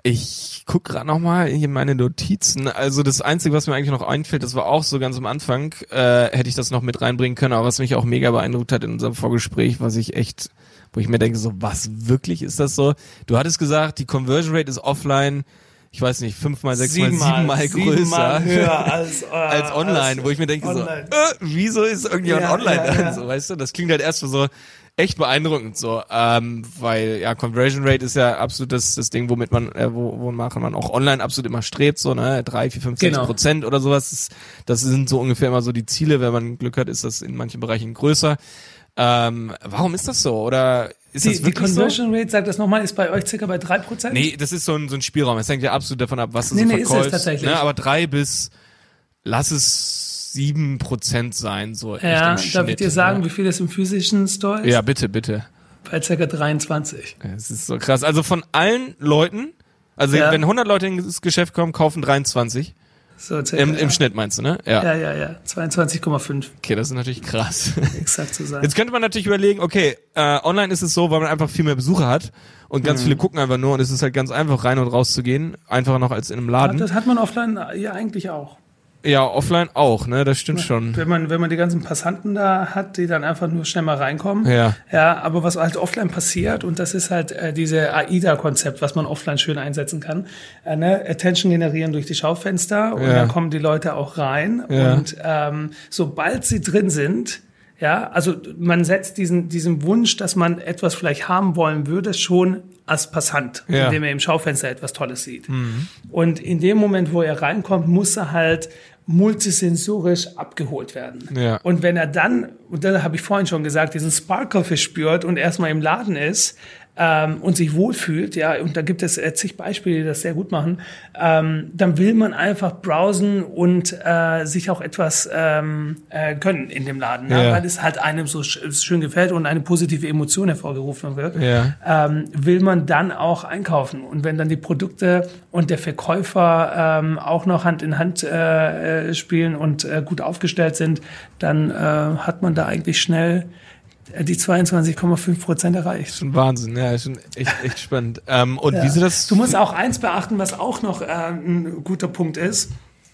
S2: Ich guck gerade noch mal hier meine Notizen. Also das Einzige, was mir eigentlich noch einfällt, das war auch so ganz am Anfang, äh, hätte ich das noch mit reinbringen können, aber was mich auch mega beeindruckt hat in unserem Vorgespräch, was ich echt, wo ich mir denke, so was, wirklich ist das so? Du hattest gesagt, die Conversion Rate ist offline, ich weiß nicht, fünfmal, sechsmal, siebenmal größer
S1: siebenmal höher als, äh,
S2: als online, als wo ich mir denke
S1: online.
S2: so, äh, wieso ist irgendjemand
S1: ja,
S2: online
S1: ja,
S2: dann?
S1: ja.
S2: So, weißt du, das klingt halt erst so echt beeindruckend so, ähm, weil ja Conversion Rate ist ja absolut das, das Ding, womit man, äh, wo, wo man auch online absolut immer strebt, so ne, drei, vier, fünf, sechs
S1: Genau.
S2: Prozent oder sowas. Das, das sind so ungefähr immer so die Ziele. Wenn man Glück hat, ist das in manchen Bereichen größer. Ähm, warum ist das so? Oder ist
S1: die,
S2: das wirklich
S1: die Conversion
S2: so?
S1: Rate, sag das nochmal, ist bei euch circa bei drei Prozent?
S2: Nee, das ist so ein, so ein Spielraum. Es hängt ja absolut davon ab, was du
S1: nee,
S2: so
S1: nee,
S2: verkaufst.
S1: Ist es tatsächlich.
S2: Ne, aber drei bis, lass es sieben Prozent sein, so echt
S1: ja,
S2: im Schnitt.
S1: darf ich dir sagen,
S2: ne?
S1: wie viel das im physischen Store ist?
S2: Ja, bitte, bitte.
S1: Bei circa dreiundzwanzig.
S2: Es ist so krass. Also von allen Leuten, also
S1: ja.
S2: wenn hundert Leute ins Geschäft kommen, kaufen dreiundzwanzig.
S1: So circa,
S2: Im,
S1: ja.
S2: Im Schnitt meinst du, ne? Ja,
S1: ja, ja. ja. zweiundzwanzig Komma fünf.
S2: Okay, das ist natürlich krass.
S1: Exakt zu sein.
S2: Jetzt könnte man natürlich überlegen, okay, äh, online ist es so, weil man einfach viel mehr Besucher hat und ganz mhm. viele gucken einfach nur und es ist halt ganz einfach rein und raus zu gehen. Einfacher noch als in einem Laden.
S1: Ja, das hat man offline ja eigentlich auch.
S2: Ja, offline auch, ne, das stimmt schon.
S1: Wenn man, wenn man die ganzen Passanten da hat, die dann einfach nur schnell mal reinkommen.
S2: Ja.
S1: Ja, aber was halt offline passiert, und das ist halt äh, diese AIDA-Konzept, was man offline schön einsetzen kann, äh, ne? Attention generieren durch die Schaufenster und
S2: ja.
S1: dann kommen die Leute auch rein
S2: ja.
S1: und ähm, sobald sie drin sind, ja, also man setzt diesen, diesen Wunsch, dass man etwas vielleicht haben wollen würde, schon als Passant,
S2: ja.
S1: indem er im Schaufenster etwas Tolles sieht.
S2: Mhm.
S1: Und in dem Moment, wo er reinkommt, muss er halt multisensorisch abgeholt werden.
S2: Ja.
S1: Und wenn er dann, und da habe ich vorhin schon gesagt, diesen Sparkle verspürt und erstmal im Laden ist, ähm, und sich wohlfühlt, ja, und da gibt es äh, zig Beispiele, die das sehr gut machen, ähm, dann will man einfach browsen und äh, sich auch etwas ähm, äh, gönnen in dem Laden, ja. ne? Weil es halt einem so sch- schön gefällt und eine positive Emotion hervorgerufen wird,
S2: ja.
S1: ähm, will man dann auch einkaufen. Und wenn dann die Produkte und der Verkäufer ähm, auch noch Hand in Hand äh, spielen und äh, gut aufgestellt sind, dann äh, hat man da eigentlich schnell die zweiundzwanzig Komma fünf Prozent erreicht.
S2: Schon Wahnsinn, ja, schon echt, echt spannend. Ähm, und
S1: ja.
S2: wie sie das?
S1: Du musst auch eins beachten, was auch noch äh, ein guter Punkt ist.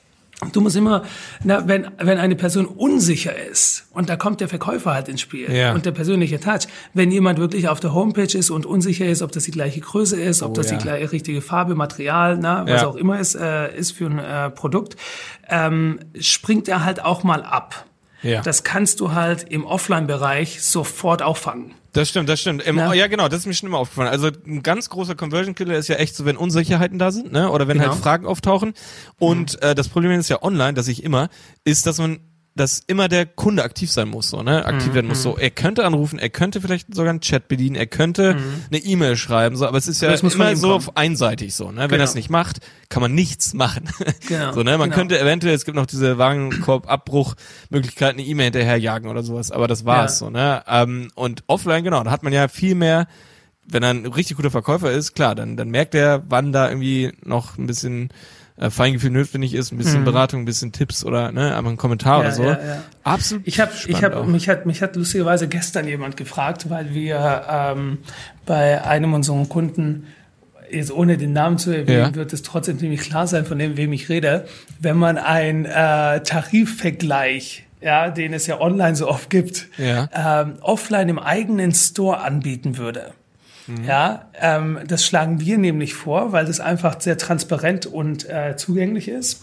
S1: Du musst immer, na, wenn, wenn eine Person unsicher ist, und da kommt der Verkäufer halt ins Spiel,
S2: ja.
S1: und der persönliche Touch, wenn jemand wirklich auf der Homepage ist und unsicher ist, ob das die gleiche Größe ist, ob
S2: oh,
S1: das
S2: ja.
S1: die gleiche richtige Farbe, Material, na, was
S2: ja.
S1: auch immer es äh, ist für ein äh, Produkt, ähm, springt er halt auch mal ab.
S2: Ja.
S1: Das kannst du halt im Offline-Bereich sofort auffangen.
S2: Das stimmt, das stimmt. Im,
S1: ja.
S2: ja, genau, das ist mir schon immer aufgefallen. Also ein ganz großer Conversion-Killer ist ja echt so, wenn Unsicherheiten da sind, ne? Oder wenn
S1: genau.
S2: halt Fragen auftauchen. Und mhm. äh, das Problem ist ja online, dass ich immer, ist, dass man dass immer der Kunde aktiv sein muss, so, ne? Aktiv
S1: mhm.
S2: werden muss. So, er könnte anrufen, er könnte vielleicht sogar einen Chat bedienen, er könnte mhm. eine E-Mail schreiben, so, aber es ist ja immer so kommen. einseitig so, ne? Wenn
S1: genau.
S2: er es nicht macht, kann man nichts machen.
S1: Genau.
S2: So, ne? Man
S1: genau.
S2: könnte eventuell, es gibt noch diese Warenkorb-Abbruch-Möglichkeit, eine E-Mail hinterherjagen oder sowas, aber das war's, ja. so, ne? Ähm, und offline, genau, da hat man ja viel mehr, wenn er ein richtig guter Verkäufer ist, klar, dann, dann merkt er, wann da irgendwie noch ein bisschen äh, Feingefühl notwendig ist, ein bisschen mhm. Beratung, ein bisschen Tipps oder ne, einfach ein Kommentar
S1: ja,
S2: oder so.
S1: Ja, ja.
S2: Absolut.
S1: Ich habe, ich habe, mich hat, mich hat lustigerweise gestern jemand gefragt, weil wir ähm, bei einem unserer Kunden, jetzt ohne den Namen zu erwähnen, ja. wird es trotzdem ziemlich klar sein, von dem, wem ich rede, wenn man ein äh, Tarifvergleich, ja, den es ja online so oft gibt,
S2: ja.
S1: ähm, offline im eigenen Store anbieten würde. Mhm. Ja, ähm, das schlagen wir nämlich vor, weil das einfach sehr transparent und äh, zugänglich ist.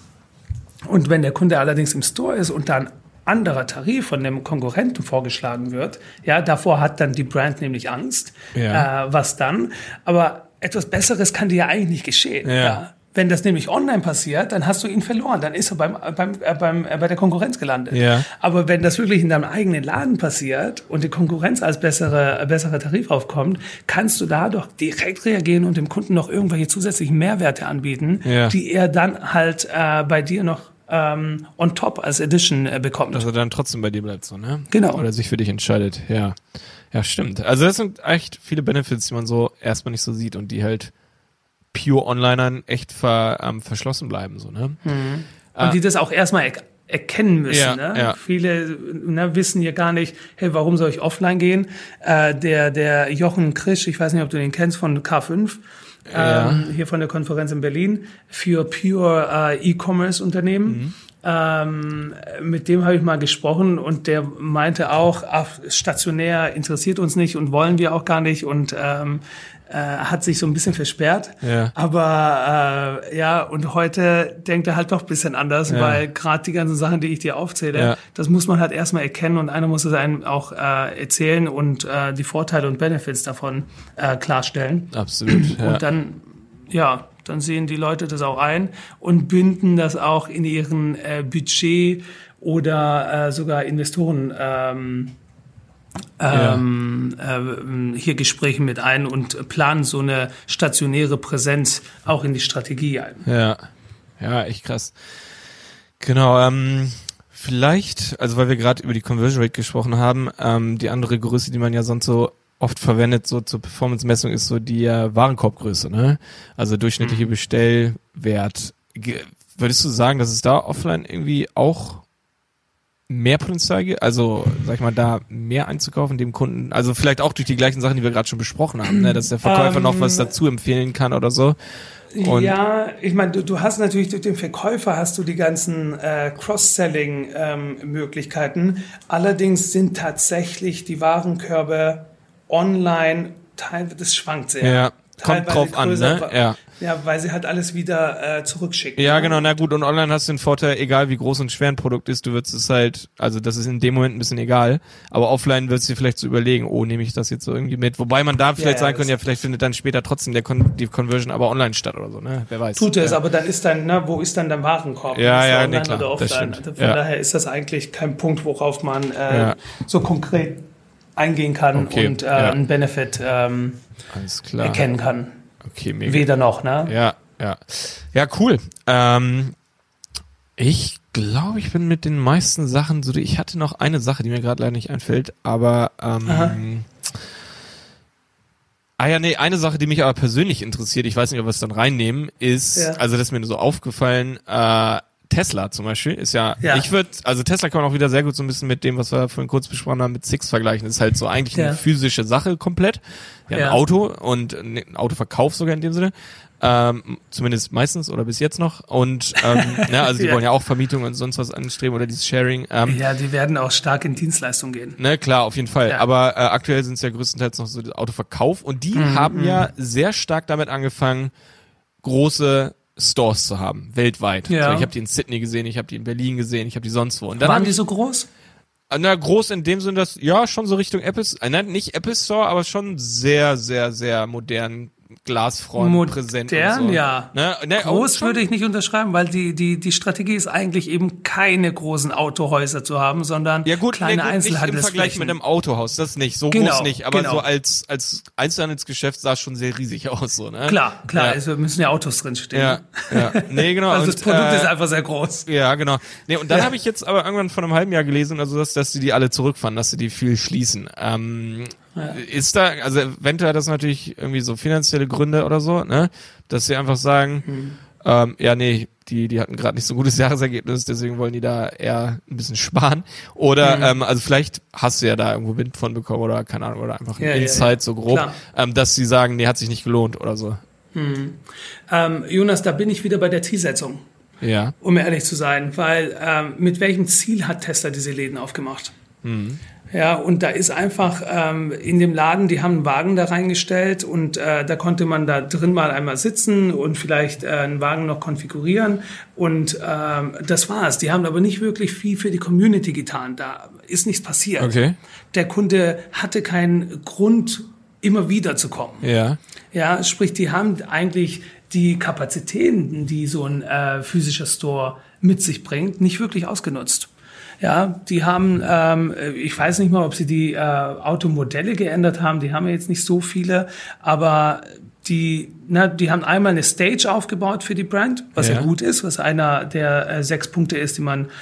S1: Und wenn der Kunde allerdings im Store ist und dann anderer Tarif von dem Konkurrenten vorgeschlagen wird, ja, davor hat dann die Brand nämlich Angst.
S2: Ja.
S1: Äh, was dann? Aber etwas Besseres kann dir ja eigentlich nicht geschehen.
S2: Ja.
S1: Ja. Wenn das nämlich online passiert, dann hast du ihn verloren. Dann ist er beim, beim, äh, beim, äh, bei der Konkurrenz gelandet.
S2: Ja.
S1: Aber wenn das wirklich in deinem eigenen Laden passiert und die Konkurrenz als bessere, äh, bessere Tarif aufkommt, kannst du da doch direkt reagieren und dem Kunden noch irgendwelche zusätzlichen Mehrwerte anbieten,
S2: ja.
S1: die er dann halt äh, bei dir noch ähm, on top als Edition äh, bekommt.
S2: Dass er dann trotzdem bei dir bleibt, so, ne?
S1: Genau.
S2: Oder sich für dich entscheidet, ja. Ja, stimmt. Also das sind echt viele Benefits, die man so erstmal nicht so sieht und die halt pure Onlinern echt ver, ähm, verschlossen bleiben, so, ne?
S1: Mhm.
S2: Ah.
S1: Und die das auch erstmal er erkennen müssen,
S2: Ja,
S1: ne?
S2: ja.
S1: Viele ne, wissen ja gar nicht, hey, warum soll ich offline gehen? Äh, der, der Jochen Krisch, ich weiß nicht, ob du den kennst, von K fünf,
S2: Ja.
S1: ähm, hier von der Konferenz in Berlin, für pure äh, E-Commerce-Unternehmen. Mhm. Ähm, mit dem habe ich mal gesprochen und der meinte auch, ach, stationär interessiert uns nicht und wollen wir auch gar nicht und ähm, äh, hat sich so ein bisschen versperrt.
S2: Ja.
S1: Aber äh, ja, und heute denkt er halt doch ein bisschen anders,
S2: Ja.
S1: weil gerade die ganzen Sachen, die ich dir aufzähle,
S2: Ja.
S1: das muss man halt erstmal erkennen und einer muss es einem auch äh, erzählen und äh, die Vorteile und Benefits davon äh, klarstellen.
S2: Absolut. Ja.
S1: Und dann, ja, dann sehen die Leute das auch ein und binden das auch in ihren äh, Budget oder äh, sogar Investoren ähm, ähm, äh, hier Gespräche mit ein und planen so eine stationäre Präsenz auch in die Strategie ein.
S2: Ja, ja, echt krass. Genau, ähm, vielleicht, also weil wir gerade über die Conversion Rate gesprochen haben, ähm, die andere Größe, die man ja sonst so oft verwendet, so zur Performance-Messung, ist so die äh, Warenkorbgröße, ne? Also durchschnittliche Bestellwert. Ge- Würdest du sagen, dass es da offline irgendwie auch mehr Potenzial gibt? Also, sag ich mal, da mehr einzukaufen, dem Kunden, also vielleicht auch durch die gleichen Sachen, die wir gerade schon besprochen haben, ne? Dass der Verkäufer
S1: Ähm,
S2: noch was dazu empfehlen kann oder so. Und
S1: ja, ich meine, du, du hast natürlich durch den Verkäufer hast du die ganzen äh, Cross-Selling-Möglichkeiten. Allerdings sind tatsächlich die Warenkörbe online, teilweise, das schwankt sehr.
S2: ja, kommt
S1: Teilweise
S2: drauf an,
S1: größer,
S2: ne? Ja.
S1: Ja, weil sie halt alles wieder äh, zurückschicken.
S2: Ja,
S1: ne?
S2: genau, na gut, und online hast du den Vorteil, egal wie groß und schwer ein Produkt ist, du würdest es halt, also das ist in dem Moment ein bisschen egal, aber offline würdest du dir vielleicht so überlegen, oh, nehme ich das jetzt so irgendwie mit, wobei man da vielleicht
S1: ja,
S2: sagen könnte, ja, vielleicht findet dann später trotzdem der Con- die Conversion aber online statt oder so, ne, wer weiß.
S1: Tut es,
S2: ja.
S1: aber dann ist dann, ne, wo ist dann dein Warenkorb?
S2: Ja,
S1: Ist er
S2: ja,
S1: online
S2: nee, klar,
S1: oder
S2: das
S1: offline?
S2: stimmt.
S1: Also von
S2: Ja.
S1: daher ist das eigentlich kein Punkt, worauf man äh,
S2: Ja.
S1: so konkret eingehen kann
S2: Okay,
S1: und äh,
S2: ja.
S1: einen Benefit ähm,
S2: Alles klar.
S1: erkennen kann.
S2: Okay, mega.
S1: Weder noch, ne?
S2: Ja, ja. Ja, cool. Ähm, ich glaube, ich bin mit den meisten Sachen so, ich hatte noch eine Sache, die mir gerade leider nicht einfällt, aber ähm, ah ja, nee, eine Sache, die mich aber persönlich interessiert, ich weiß nicht, ob wir es dann reinnehmen, ist,
S1: Ja.
S2: also das ist mir so aufgefallen, äh, Tesla zum Beispiel ist ja,
S1: Ja.
S2: ich würde, also Tesla kann man auch wieder sehr gut so ein bisschen mit dem, was wir vorhin kurz besprochen haben, mit Six vergleichen. Das ist halt so eigentlich
S1: Ja.
S2: eine physische Sache komplett. Ja, ein
S1: Ja.
S2: Auto und ein Autoverkauf sogar in dem Sinne. Ähm, zumindest meistens oder bis jetzt noch. Und ähm, ja, also die
S1: Ja.
S2: wollen ja auch Vermietung und sonst was anstreben oder dieses Sharing. Ähm,
S1: Ja, die werden auch stark in Dienstleistung gehen.
S2: Ne, klar, auf jeden Fall.
S1: Ja.
S2: Aber äh, aktuell sind es ja größtenteils noch so der Autoverkauf und die
S1: Mhm,
S2: haben ja sehr stark damit angefangen, große Stores zu haben, weltweit.
S1: Ja.
S2: So, ich habe die in Sydney gesehen, ich habe die in Berlin gesehen, ich habe die sonst wo. Und dann
S1: Waren
S2: hab
S1: die
S2: ich,
S1: so groß?
S2: na, groß in dem Sinne, dass, ja, schon so Richtung Apple, äh, nein, nicht Apple Store, aber schon sehr, sehr, sehr modern, Glasfront, präsent und
S1: Modern,
S2: so.
S1: ja.
S2: Ne? Ne,
S1: Groß
S2: auch schon-
S1: würde ich nicht unterschreiben, weil die, die, die Strategie ist eigentlich eben keine großen Autohäuser zu haben, sondern
S2: Ja gut,
S1: kleine
S2: nee, gut, nicht im Vergleich
S1: Einzelhandelsflächen.
S2: mit einem Autohaus, das nicht, so
S1: Genau,
S2: groß nicht, aber
S1: genau.
S2: so als als Einzelhandelsgeschäft sah es schon sehr riesig aus, so, ne?
S1: Klar, klar,
S2: Ja.
S1: es müssen ja Autos drinstehen.
S2: Ja, ja. Nee, genau.
S1: Also
S2: und,
S1: das Produkt
S2: äh,
S1: ist einfach sehr groß.
S2: Ja, genau. Nee, und dann
S1: Ja.
S2: habe ich jetzt aber irgendwann vor einem halben Jahr gelesen, also dass, dass sie die alle zurückfahren, dass sie die viel schließen. Ähm,
S1: Ja.
S2: Ist da, also eventuell hat das natürlich irgendwie so finanzielle Gründe oder so, ne? Dass sie einfach sagen,
S1: Hm.
S2: ähm, ja, nee, die, die hatten gerade nicht so ein gutes Jahresergebnis, deswegen wollen die da eher ein bisschen sparen. Oder,
S1: Mhm.
S2: ähm, also vielleicht hast du ja da irgendwo Wind von bekommen oder keine Ahnung, oder einfach ein
S1: Ja, ja,
S2: Insight
S1: ja.
S2: so grob,
S1: Klar.
S2: ähm, dass sie sagen, nee, hat sich nicht gelohnt oder so.
S1: Ähm, Jonas, da bin ich wieder bei der Zielsetzung,
S2: Ja.
S1: um ehrlich zu sein, weil ähm, mit welchem Ziel hat Tesla diese Läden aufgemacht? Ja, und da ist einfach ähm, in dem Laden, die haben einen Wagen da reingestellt und äh, da konnte man da drin mal einmal sitzen und vielleicht äh, einen Wagen noch konfigurieren und ähm, das war's. Die haben aber nicht wirklich viel für die Community getan. Da ist nichts passiert.
S2: Okay.
S1: Der Kunde hatte keinen Grund, immer wieder zu kommen.
S2: Ja.
S1: Ja, sprich, die haben eigentlich die Kapazitäten, die so ein äh, physischer Store mit sich bringt, nicht wirklich ausgenutzt. Ja, die haben, ähm, ich weiß nicht mal, ob sie die äh, Automodelle geändert haben, die haben ja jetzt nicht so viele, aber die, na, die haben einmal eine Stage aufgebaut für die Brand, was ja, ja gut ist, was einer der äh, sechs Punkte ist, die man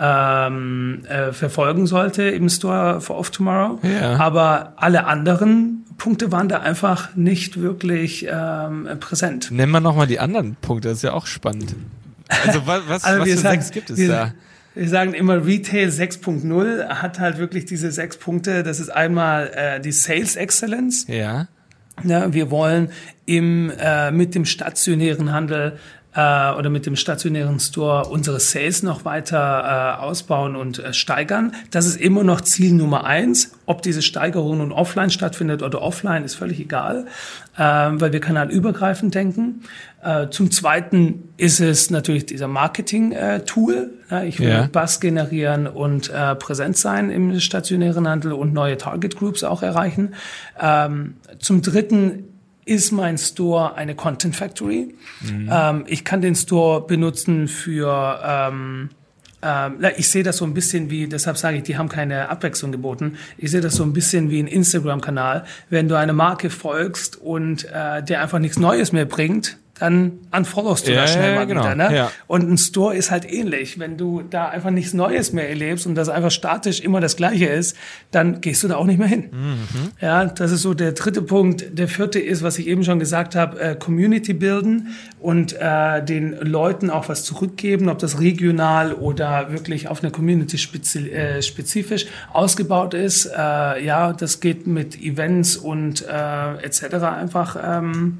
S1: ähm, äh, verfolgen sollte im Store for Off Tomorrow.
S2: Ja.
S1: Aber alle anderen Punkte waren da einfach nicht wirklich ähm, präsent.
S2: Nennen wir nochmal die anderen Punkte, das ist ja auch spannend. Also was, was,
S1: also
S2: was für
S1: sagen,
S2: sechs gibt es
S1: wir,
S2: da?
S1: Wir sagen immer, Retail sechs Punkt null hat halt wirklich diese sechs Punkte. Das ist einmal äh, die Sales Excellence.
S2: Ja.
S1: Ja, wir wollen im äh, mit dem stationären Handel äh, oder mit dem stationären Store unsere Sales noch weiter äh, ausbauen und äh, steigern. Das ist immer noch Ziel Nummer eins. Ob diese Steigerung nun offline stattfindet oder offline, ist völlig egal, äh, weil wir kanalübergreifend denken. Äh, zum Zweiten ist es natürlich dieser Marketing-Tool. Ja, ich will
S2: ja.
S1: Buzz generieren und äh, präsent sein im stationären Handel und neue Target Groups auch erreichen. Ähm, zum Dritten ist mein Store eine Content Factory. Mhm. Ähm, ich kann den Store benutzen für, ähm, ähm, ich sehe das so ein bisschen wie, deshalb sage ich, die haben keine Abwechslung geboten. Ich sehe das so ein bisschen wie ein Instagram-Kanal. Wenn du eine Marke folgst und äh, der einfach nichts Neues mehr bringt, dann unfollowst du
S2: ja,
S1: das schnell mal
S2: genau.
S1: wieder. Ne?
S2: Ja.
S1: Und ein Store ist halt ähnlich. Wenn du da einfach nichts Neues mehr erlebst und das einfach statisch immer das Gleiche ist, dann gehst du da auch nicht mehr hin.
S2: Mhm.
S1: Ja, das ist so der dritte Punkt. Der vierte ist, was ich eben schon gesagt habe, äh, Community bilden und äh, den Leuten auch was zurückgeben, ob das regional oder wirklich auf eine Community spezi- äh, spezifisch ausgebaut ist. Äh, ja, das geht mit Events und äh, et cetera einfach. Ähm,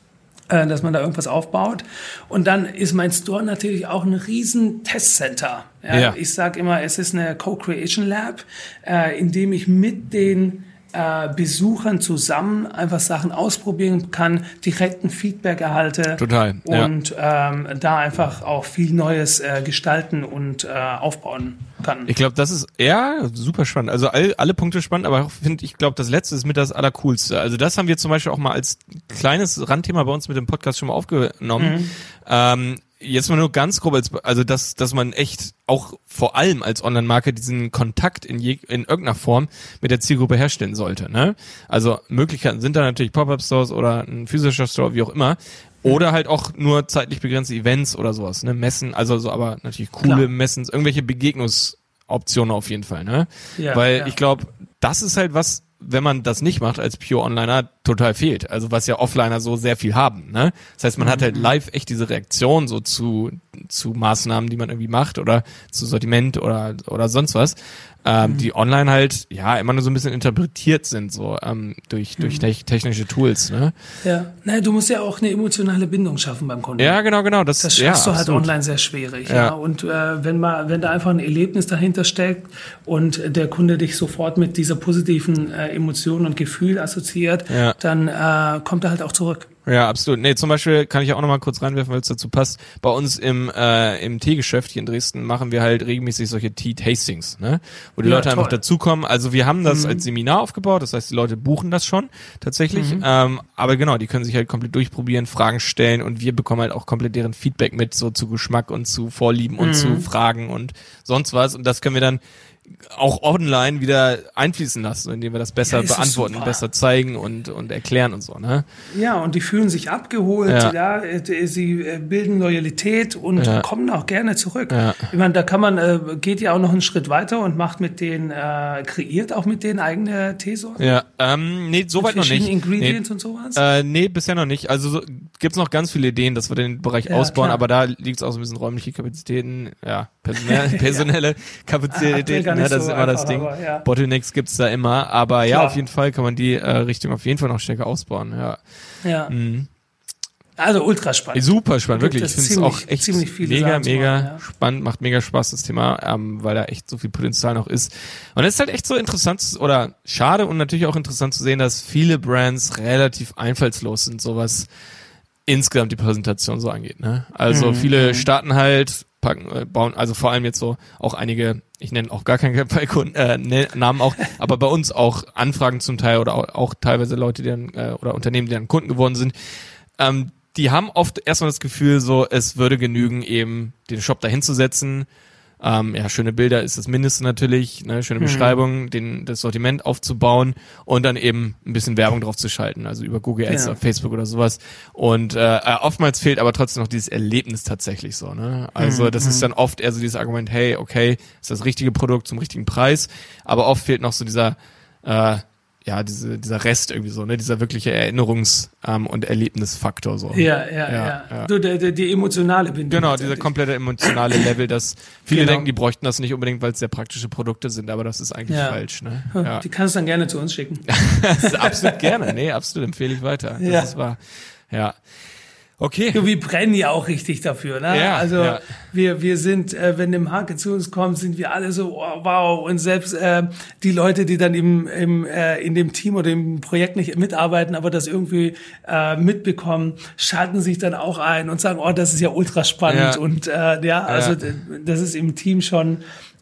S1: dass man da irgendwas aufbaut. Und dann ist mein Store natürlich auch ein riesen Testcenter. Ja,
S2: ja.
S1: Ich sage immer, es ist eine Co-Creation Lab, äh, in dem ich mit den äh, Besuchern zusammen einfach Sachen ausprobieren kann, direkten Feedback erhalte.
S2: Total. Ja.
S1: Und ähm, da einfach auch viel Neues äh, gestalten und äh, aufbauen kann.
S2: Ich glaube, das ist ja super spannend. Also all, alle Punkte spannend, aber finde ich glaube, das letzte ist mit das Allercoolste. Also das haben wir zum Beispiel auch mal als kleines Randthema bei uns mit dem Podcast schon mal aufgenommen. Mhm. Ähm, jetzt mal nur ganz grob, als, also dass dass man echt auch vor allem als Online-Marke diesen Kontakt in, je, in irgendeiner Form mit der Zielgruppe herstellen sollte. Ne? Also Möglichkeiten sind da natürlich Pop-Up-Stores oder ein physischer Store, wie auch immer. Oder halt auch nur zeitlich begrenzte Events oder sowas, ne, Messen, also so, aber natürlich coole Klar. Messen, irgendwelche Begegnungsoptionen auf jeden Fall, ne? Ja, Weil ja. ich glaube, das ist halt was, wenn man das nicht macht als Pure Onliner, total fehlt. Also was ja Offliner so sehr viel haben, ne? Das heißt, man mhm. hat halt live echt diese Reaktion so zu zu Maßnahmen, die man irgendwie macht oder zu Sortiment oder oder sonst was. Ähm, mhm. die online halt, ja, immer nur so ein bisschen interpretiert sind, so, ähm, durch, durch te- technische Tools, ne?
S1: Ja. Naja, du musst ja auch eine emotionale Bindung schaffen beim Kunden.
S2: Ja, genau, genau. Das,
S1: das
S2: ja,
S1: schaffst du halt
S2: absolut.
S1: online sehr schwierig, ja.
S2: ja.
S1: Und, äh, wenn mal, wenn da einfach ein Erlebnis dahinter steckt und der Kunde dich sofort mit dieser positiven äh, Emotion und Gefühl assoziiert,
S2: ja.
S1: dann, äh, kommt er halt auch zurück.
S2: Ja, absolut. Nee, zum Beispiel kann ich auch noch mal kurz reinwerfen, weil es dazu passt. Bei uns im äh, im Teegeschäft hier in Dresden machen wir halt regelmäßig solche Tea-Tastings, ne? Wo die ja, Leute toll. einfach dazukommen. Also wir haben das mhm. als Seminar aufgebaut, das heißt, die Leute buchen das schon tatsächlich. Mhm. Ähm, aber genau, die können sich halt komplett durchprobieren, Fragen stellen und wir bekommen halt auch komplett deren Feedback mit, so zu Geschmack und zu Vorlieben und mhm. zu Fragen und sonst was. Und das können wir dann auch online wieder einfließen lassen, indem wir das besser ja, beantworten, besser zeigen und und erklären und so, ne?
S1: Ja, und die fühlen sich abgeholt, ja, ja sie bilden Loyalität und ja. kommen auch gerne zurück. Ja. Ich meine, da kann man, äh, geht ja auch noch einen Schritt weiter und macht mit denen, äh, kreiert auch mit denen eigene Teesorten.
S2: Ja, ähm, nee, soweit noch nicht.
S1: Ingredients
S2: nee.
S1: und sowas?
S2: Äh, nee, bisher noch nicht. Also so, gibt's noch ganz viele Ideen, dass wir den Bereich ja, ausbauen, klar. aber da liegt's auch so ein bisschen räumliche Kapazitäten, ja, personelle, personelle ja. Kapazitäten. Ja, das so ist immer das Ding. Aber, ja. Bottlenecks gibt's da immer, aber Klar. ja, auf jeden Fall kann man die äh, Richtung auf jeden Fall noch stärker ausbauen. Ja.
S1: ja. Mhm. Also ultra spannend.
S2: Super spannend, wirklich. Ich finde es auch echt mega,
S1: Sachen
S2: mega
S1: machen, ja.
S2: spannend, macht mega Spaß, das Thema, ähm, weil da echt so viel Potenzial noch ist. Und es ist halt echt so interessant oder schade und natürlich auch interessant zu sehen, dass viele Brands relativ einfallslos sind, so was insgesamt die Präsentation so angeht. Ne? Also mhm. viele starten halt, packen, äh, bauen, also vor allem jetzt so auch einige, ich nenne auch gar keinen Kunden, äh, ne, Namen auch, aber bei uns auch Anfragen zum Teil oder auch, auch teilweise Leute, die dann, äh, oder Unternehmen, die dann Kunden geworden sind, ähm, die haben oft erstmal das Gefühl, so es würde genügen, eben den Shop dahin zu setzen, Ähm, ja, schöne Bilder ist das Mindeste natürlich, ne, schöne mhm. Beschreibung, den, das Sortiment aufzubauen und dann eben ein bisschen Werbung drauf zu schalten, also über Google Ads, ja. auf Facebook oder sowas. Und äh, oftmals fehlt aber trotzdem noch dieses Erlebnis tatsächlich so, ne? Also das mhm. ist dann oft eher so dieses Argument, hey, okay, ist das richtige Produkt zum richtigen Preis, aber oft fehlt noch so dieser äh, ja, diese, dieser Rest irgendwie so, ne, dieser wirkliche Erinnerungs- ähm, und Erlebnisfaktor so.
S1: Ja, ja, ja. ja. ja. Du, der, der, die emotionale Bindung.
S2: Genau, dieser komplette emotionale Level, dass viele genau. denken, die bräuchten das nicht unbedingt, weil es sehr praktische Produkte sind, aber das ist eigentlich ja. falsch, ne? Ja.
S1: Die kannst du dann gerne zu uns schicken.
S2: Das ist absolut gerne, nee, absolut empfehle ich weiter.
S1: Ja.
S2: Das ist wahr. Ja. Okay.
S1: Du, wir brennen ja auch richtig dafür, ne?
S2: Ja,
S1: also
S2: ja.
S1: wir wir sind, äh, wenn der Marke zu uns kommt, sind wir alle so oh, wow und selbst äh, die Leute, die dann im im äh, in dem Team oder im Projekt nicht mitarbeiten, aber das irgendwie äh, mitbekommen, schalten sich dann auch ein und sagen, oh, das ist ja ultra spannend
S2: ja.
S1: und äh, ja, also
S2: ja.
S1: das ist im Team schon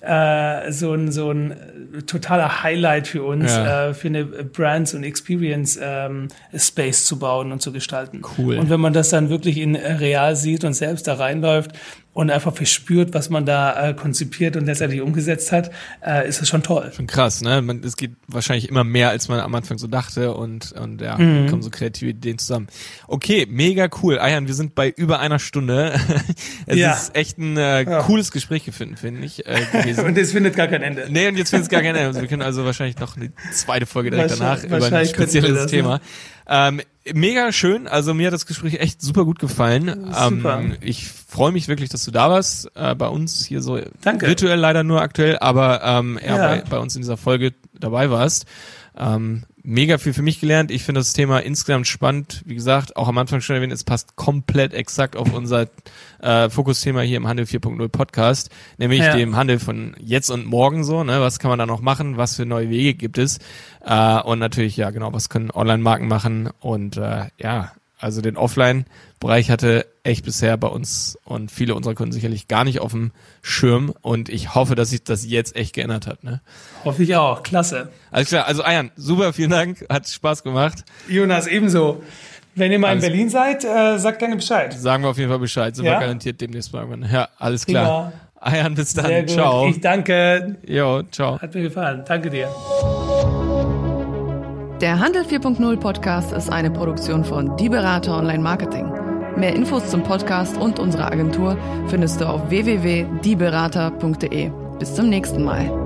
S1: äh, so ein so ein totaler Highlight für uns,
S2: ja.
S1: äh, für eine Brands- und Experience ähm, Space zu bauen und zu gestalten.
S2: Cool.
S1: Und wenn man das dann wirklich in äh, real sieht und selbst da reinläuft und einfach verspürt, was man da äh, konzipiert und letztendlich umgesetzt hat, äh, ist das schon toll.
S2: Schon krass, ne? Man, es geht wahrscheinlich immer mehr, als man am Anfang so dachte und und ja,
S1: Mhm.
S2: kommen so kreative Ideen zusammen. Okay, mega cool. Ayan, wir sind bei über einer Stunde. Es
S1: Ja.
S2: ist echt ein äh,
S1: Ja.
S2: cooles Gespräch gefunden, finde ich, äh, gewesen.
S1: Und es findet gar kein Ende.
S2: Nee, und jetzt findet es gar kein Ende. Also wir können also wahrscheinlich noch eine zweite Folge direkt danach
S1: Wahrscheinlich-
S2: über ein
S1: wahrscheinlich könnten wir
S2: spezielles
S1: das,
S2: Thema. Ähm, mega schön. Also mir hat das Gespräch echt super gut gefallen.
S1: Super.
S2: Ähm, ich freue mich wirklich, dass du da warst. Äh, bei uns hier so
S1: Danke.
S2: virtuell leider nur aktuell, aber ähm, ja,
S1: Ja.
S2: Bei, bei uns in dieser Folge dabei warst. Ähm, mega viel für mich gelernt. Ich finde das Thema insgesamt spannend. Wie gesagt, auch am Anfang schon erwähnt, es passt komplett exakt auf unser äh, Fokusthema hier im Handel vier Punkt null Podcast, nämlich
S1: Ja.
S2: dem Handel von jetzt und morgen so. Ne? Was kann man da noch machen? Was für neue Wege gibt es? Äh, und natürlich, ja genau, was können Online-Marken machen? Und äh, ja, also den Offline-Bereich hatte echt bisher bei uns und viele unserer Kunden sicherlich gar nicht auf dem Schirm. Und ich hoffe, dass sich das jetzt echt geändert hat. Ne?
S1: Hoffe ich auch. Klasse.
S2: Alles klar, also Ayan, super, vielen Dank, hat Spaß gemacht.
S1: Jonas, ebenso. Wenn ihr mal
S2: Alles-
S1: in Berlin seid, äh, sagt gerne Bescheid.
S2: Sagen wir auf jeden Fall Bescheid, sind
S1: Ja?
S2: wir garantiert demnächst mal irgendwann. Ja, alles klar.
S1: Prima.
S2: Ayan, bis
S1: Sehr
S2: dann,
S1: gut.
S2: ciao.
S1: Ich danke.
S2: Jo, ciao.
S1: Hat mir gefallen. Danke dir.
S3: Der Handel vier Punkt null Podcast ist eine Produktion von Die Berater Online Marketing. Mehr Infos zum Podcast und unserer Agentur findest du auf w w w punkt die berater punkt de. Bis zum nächsten Mal.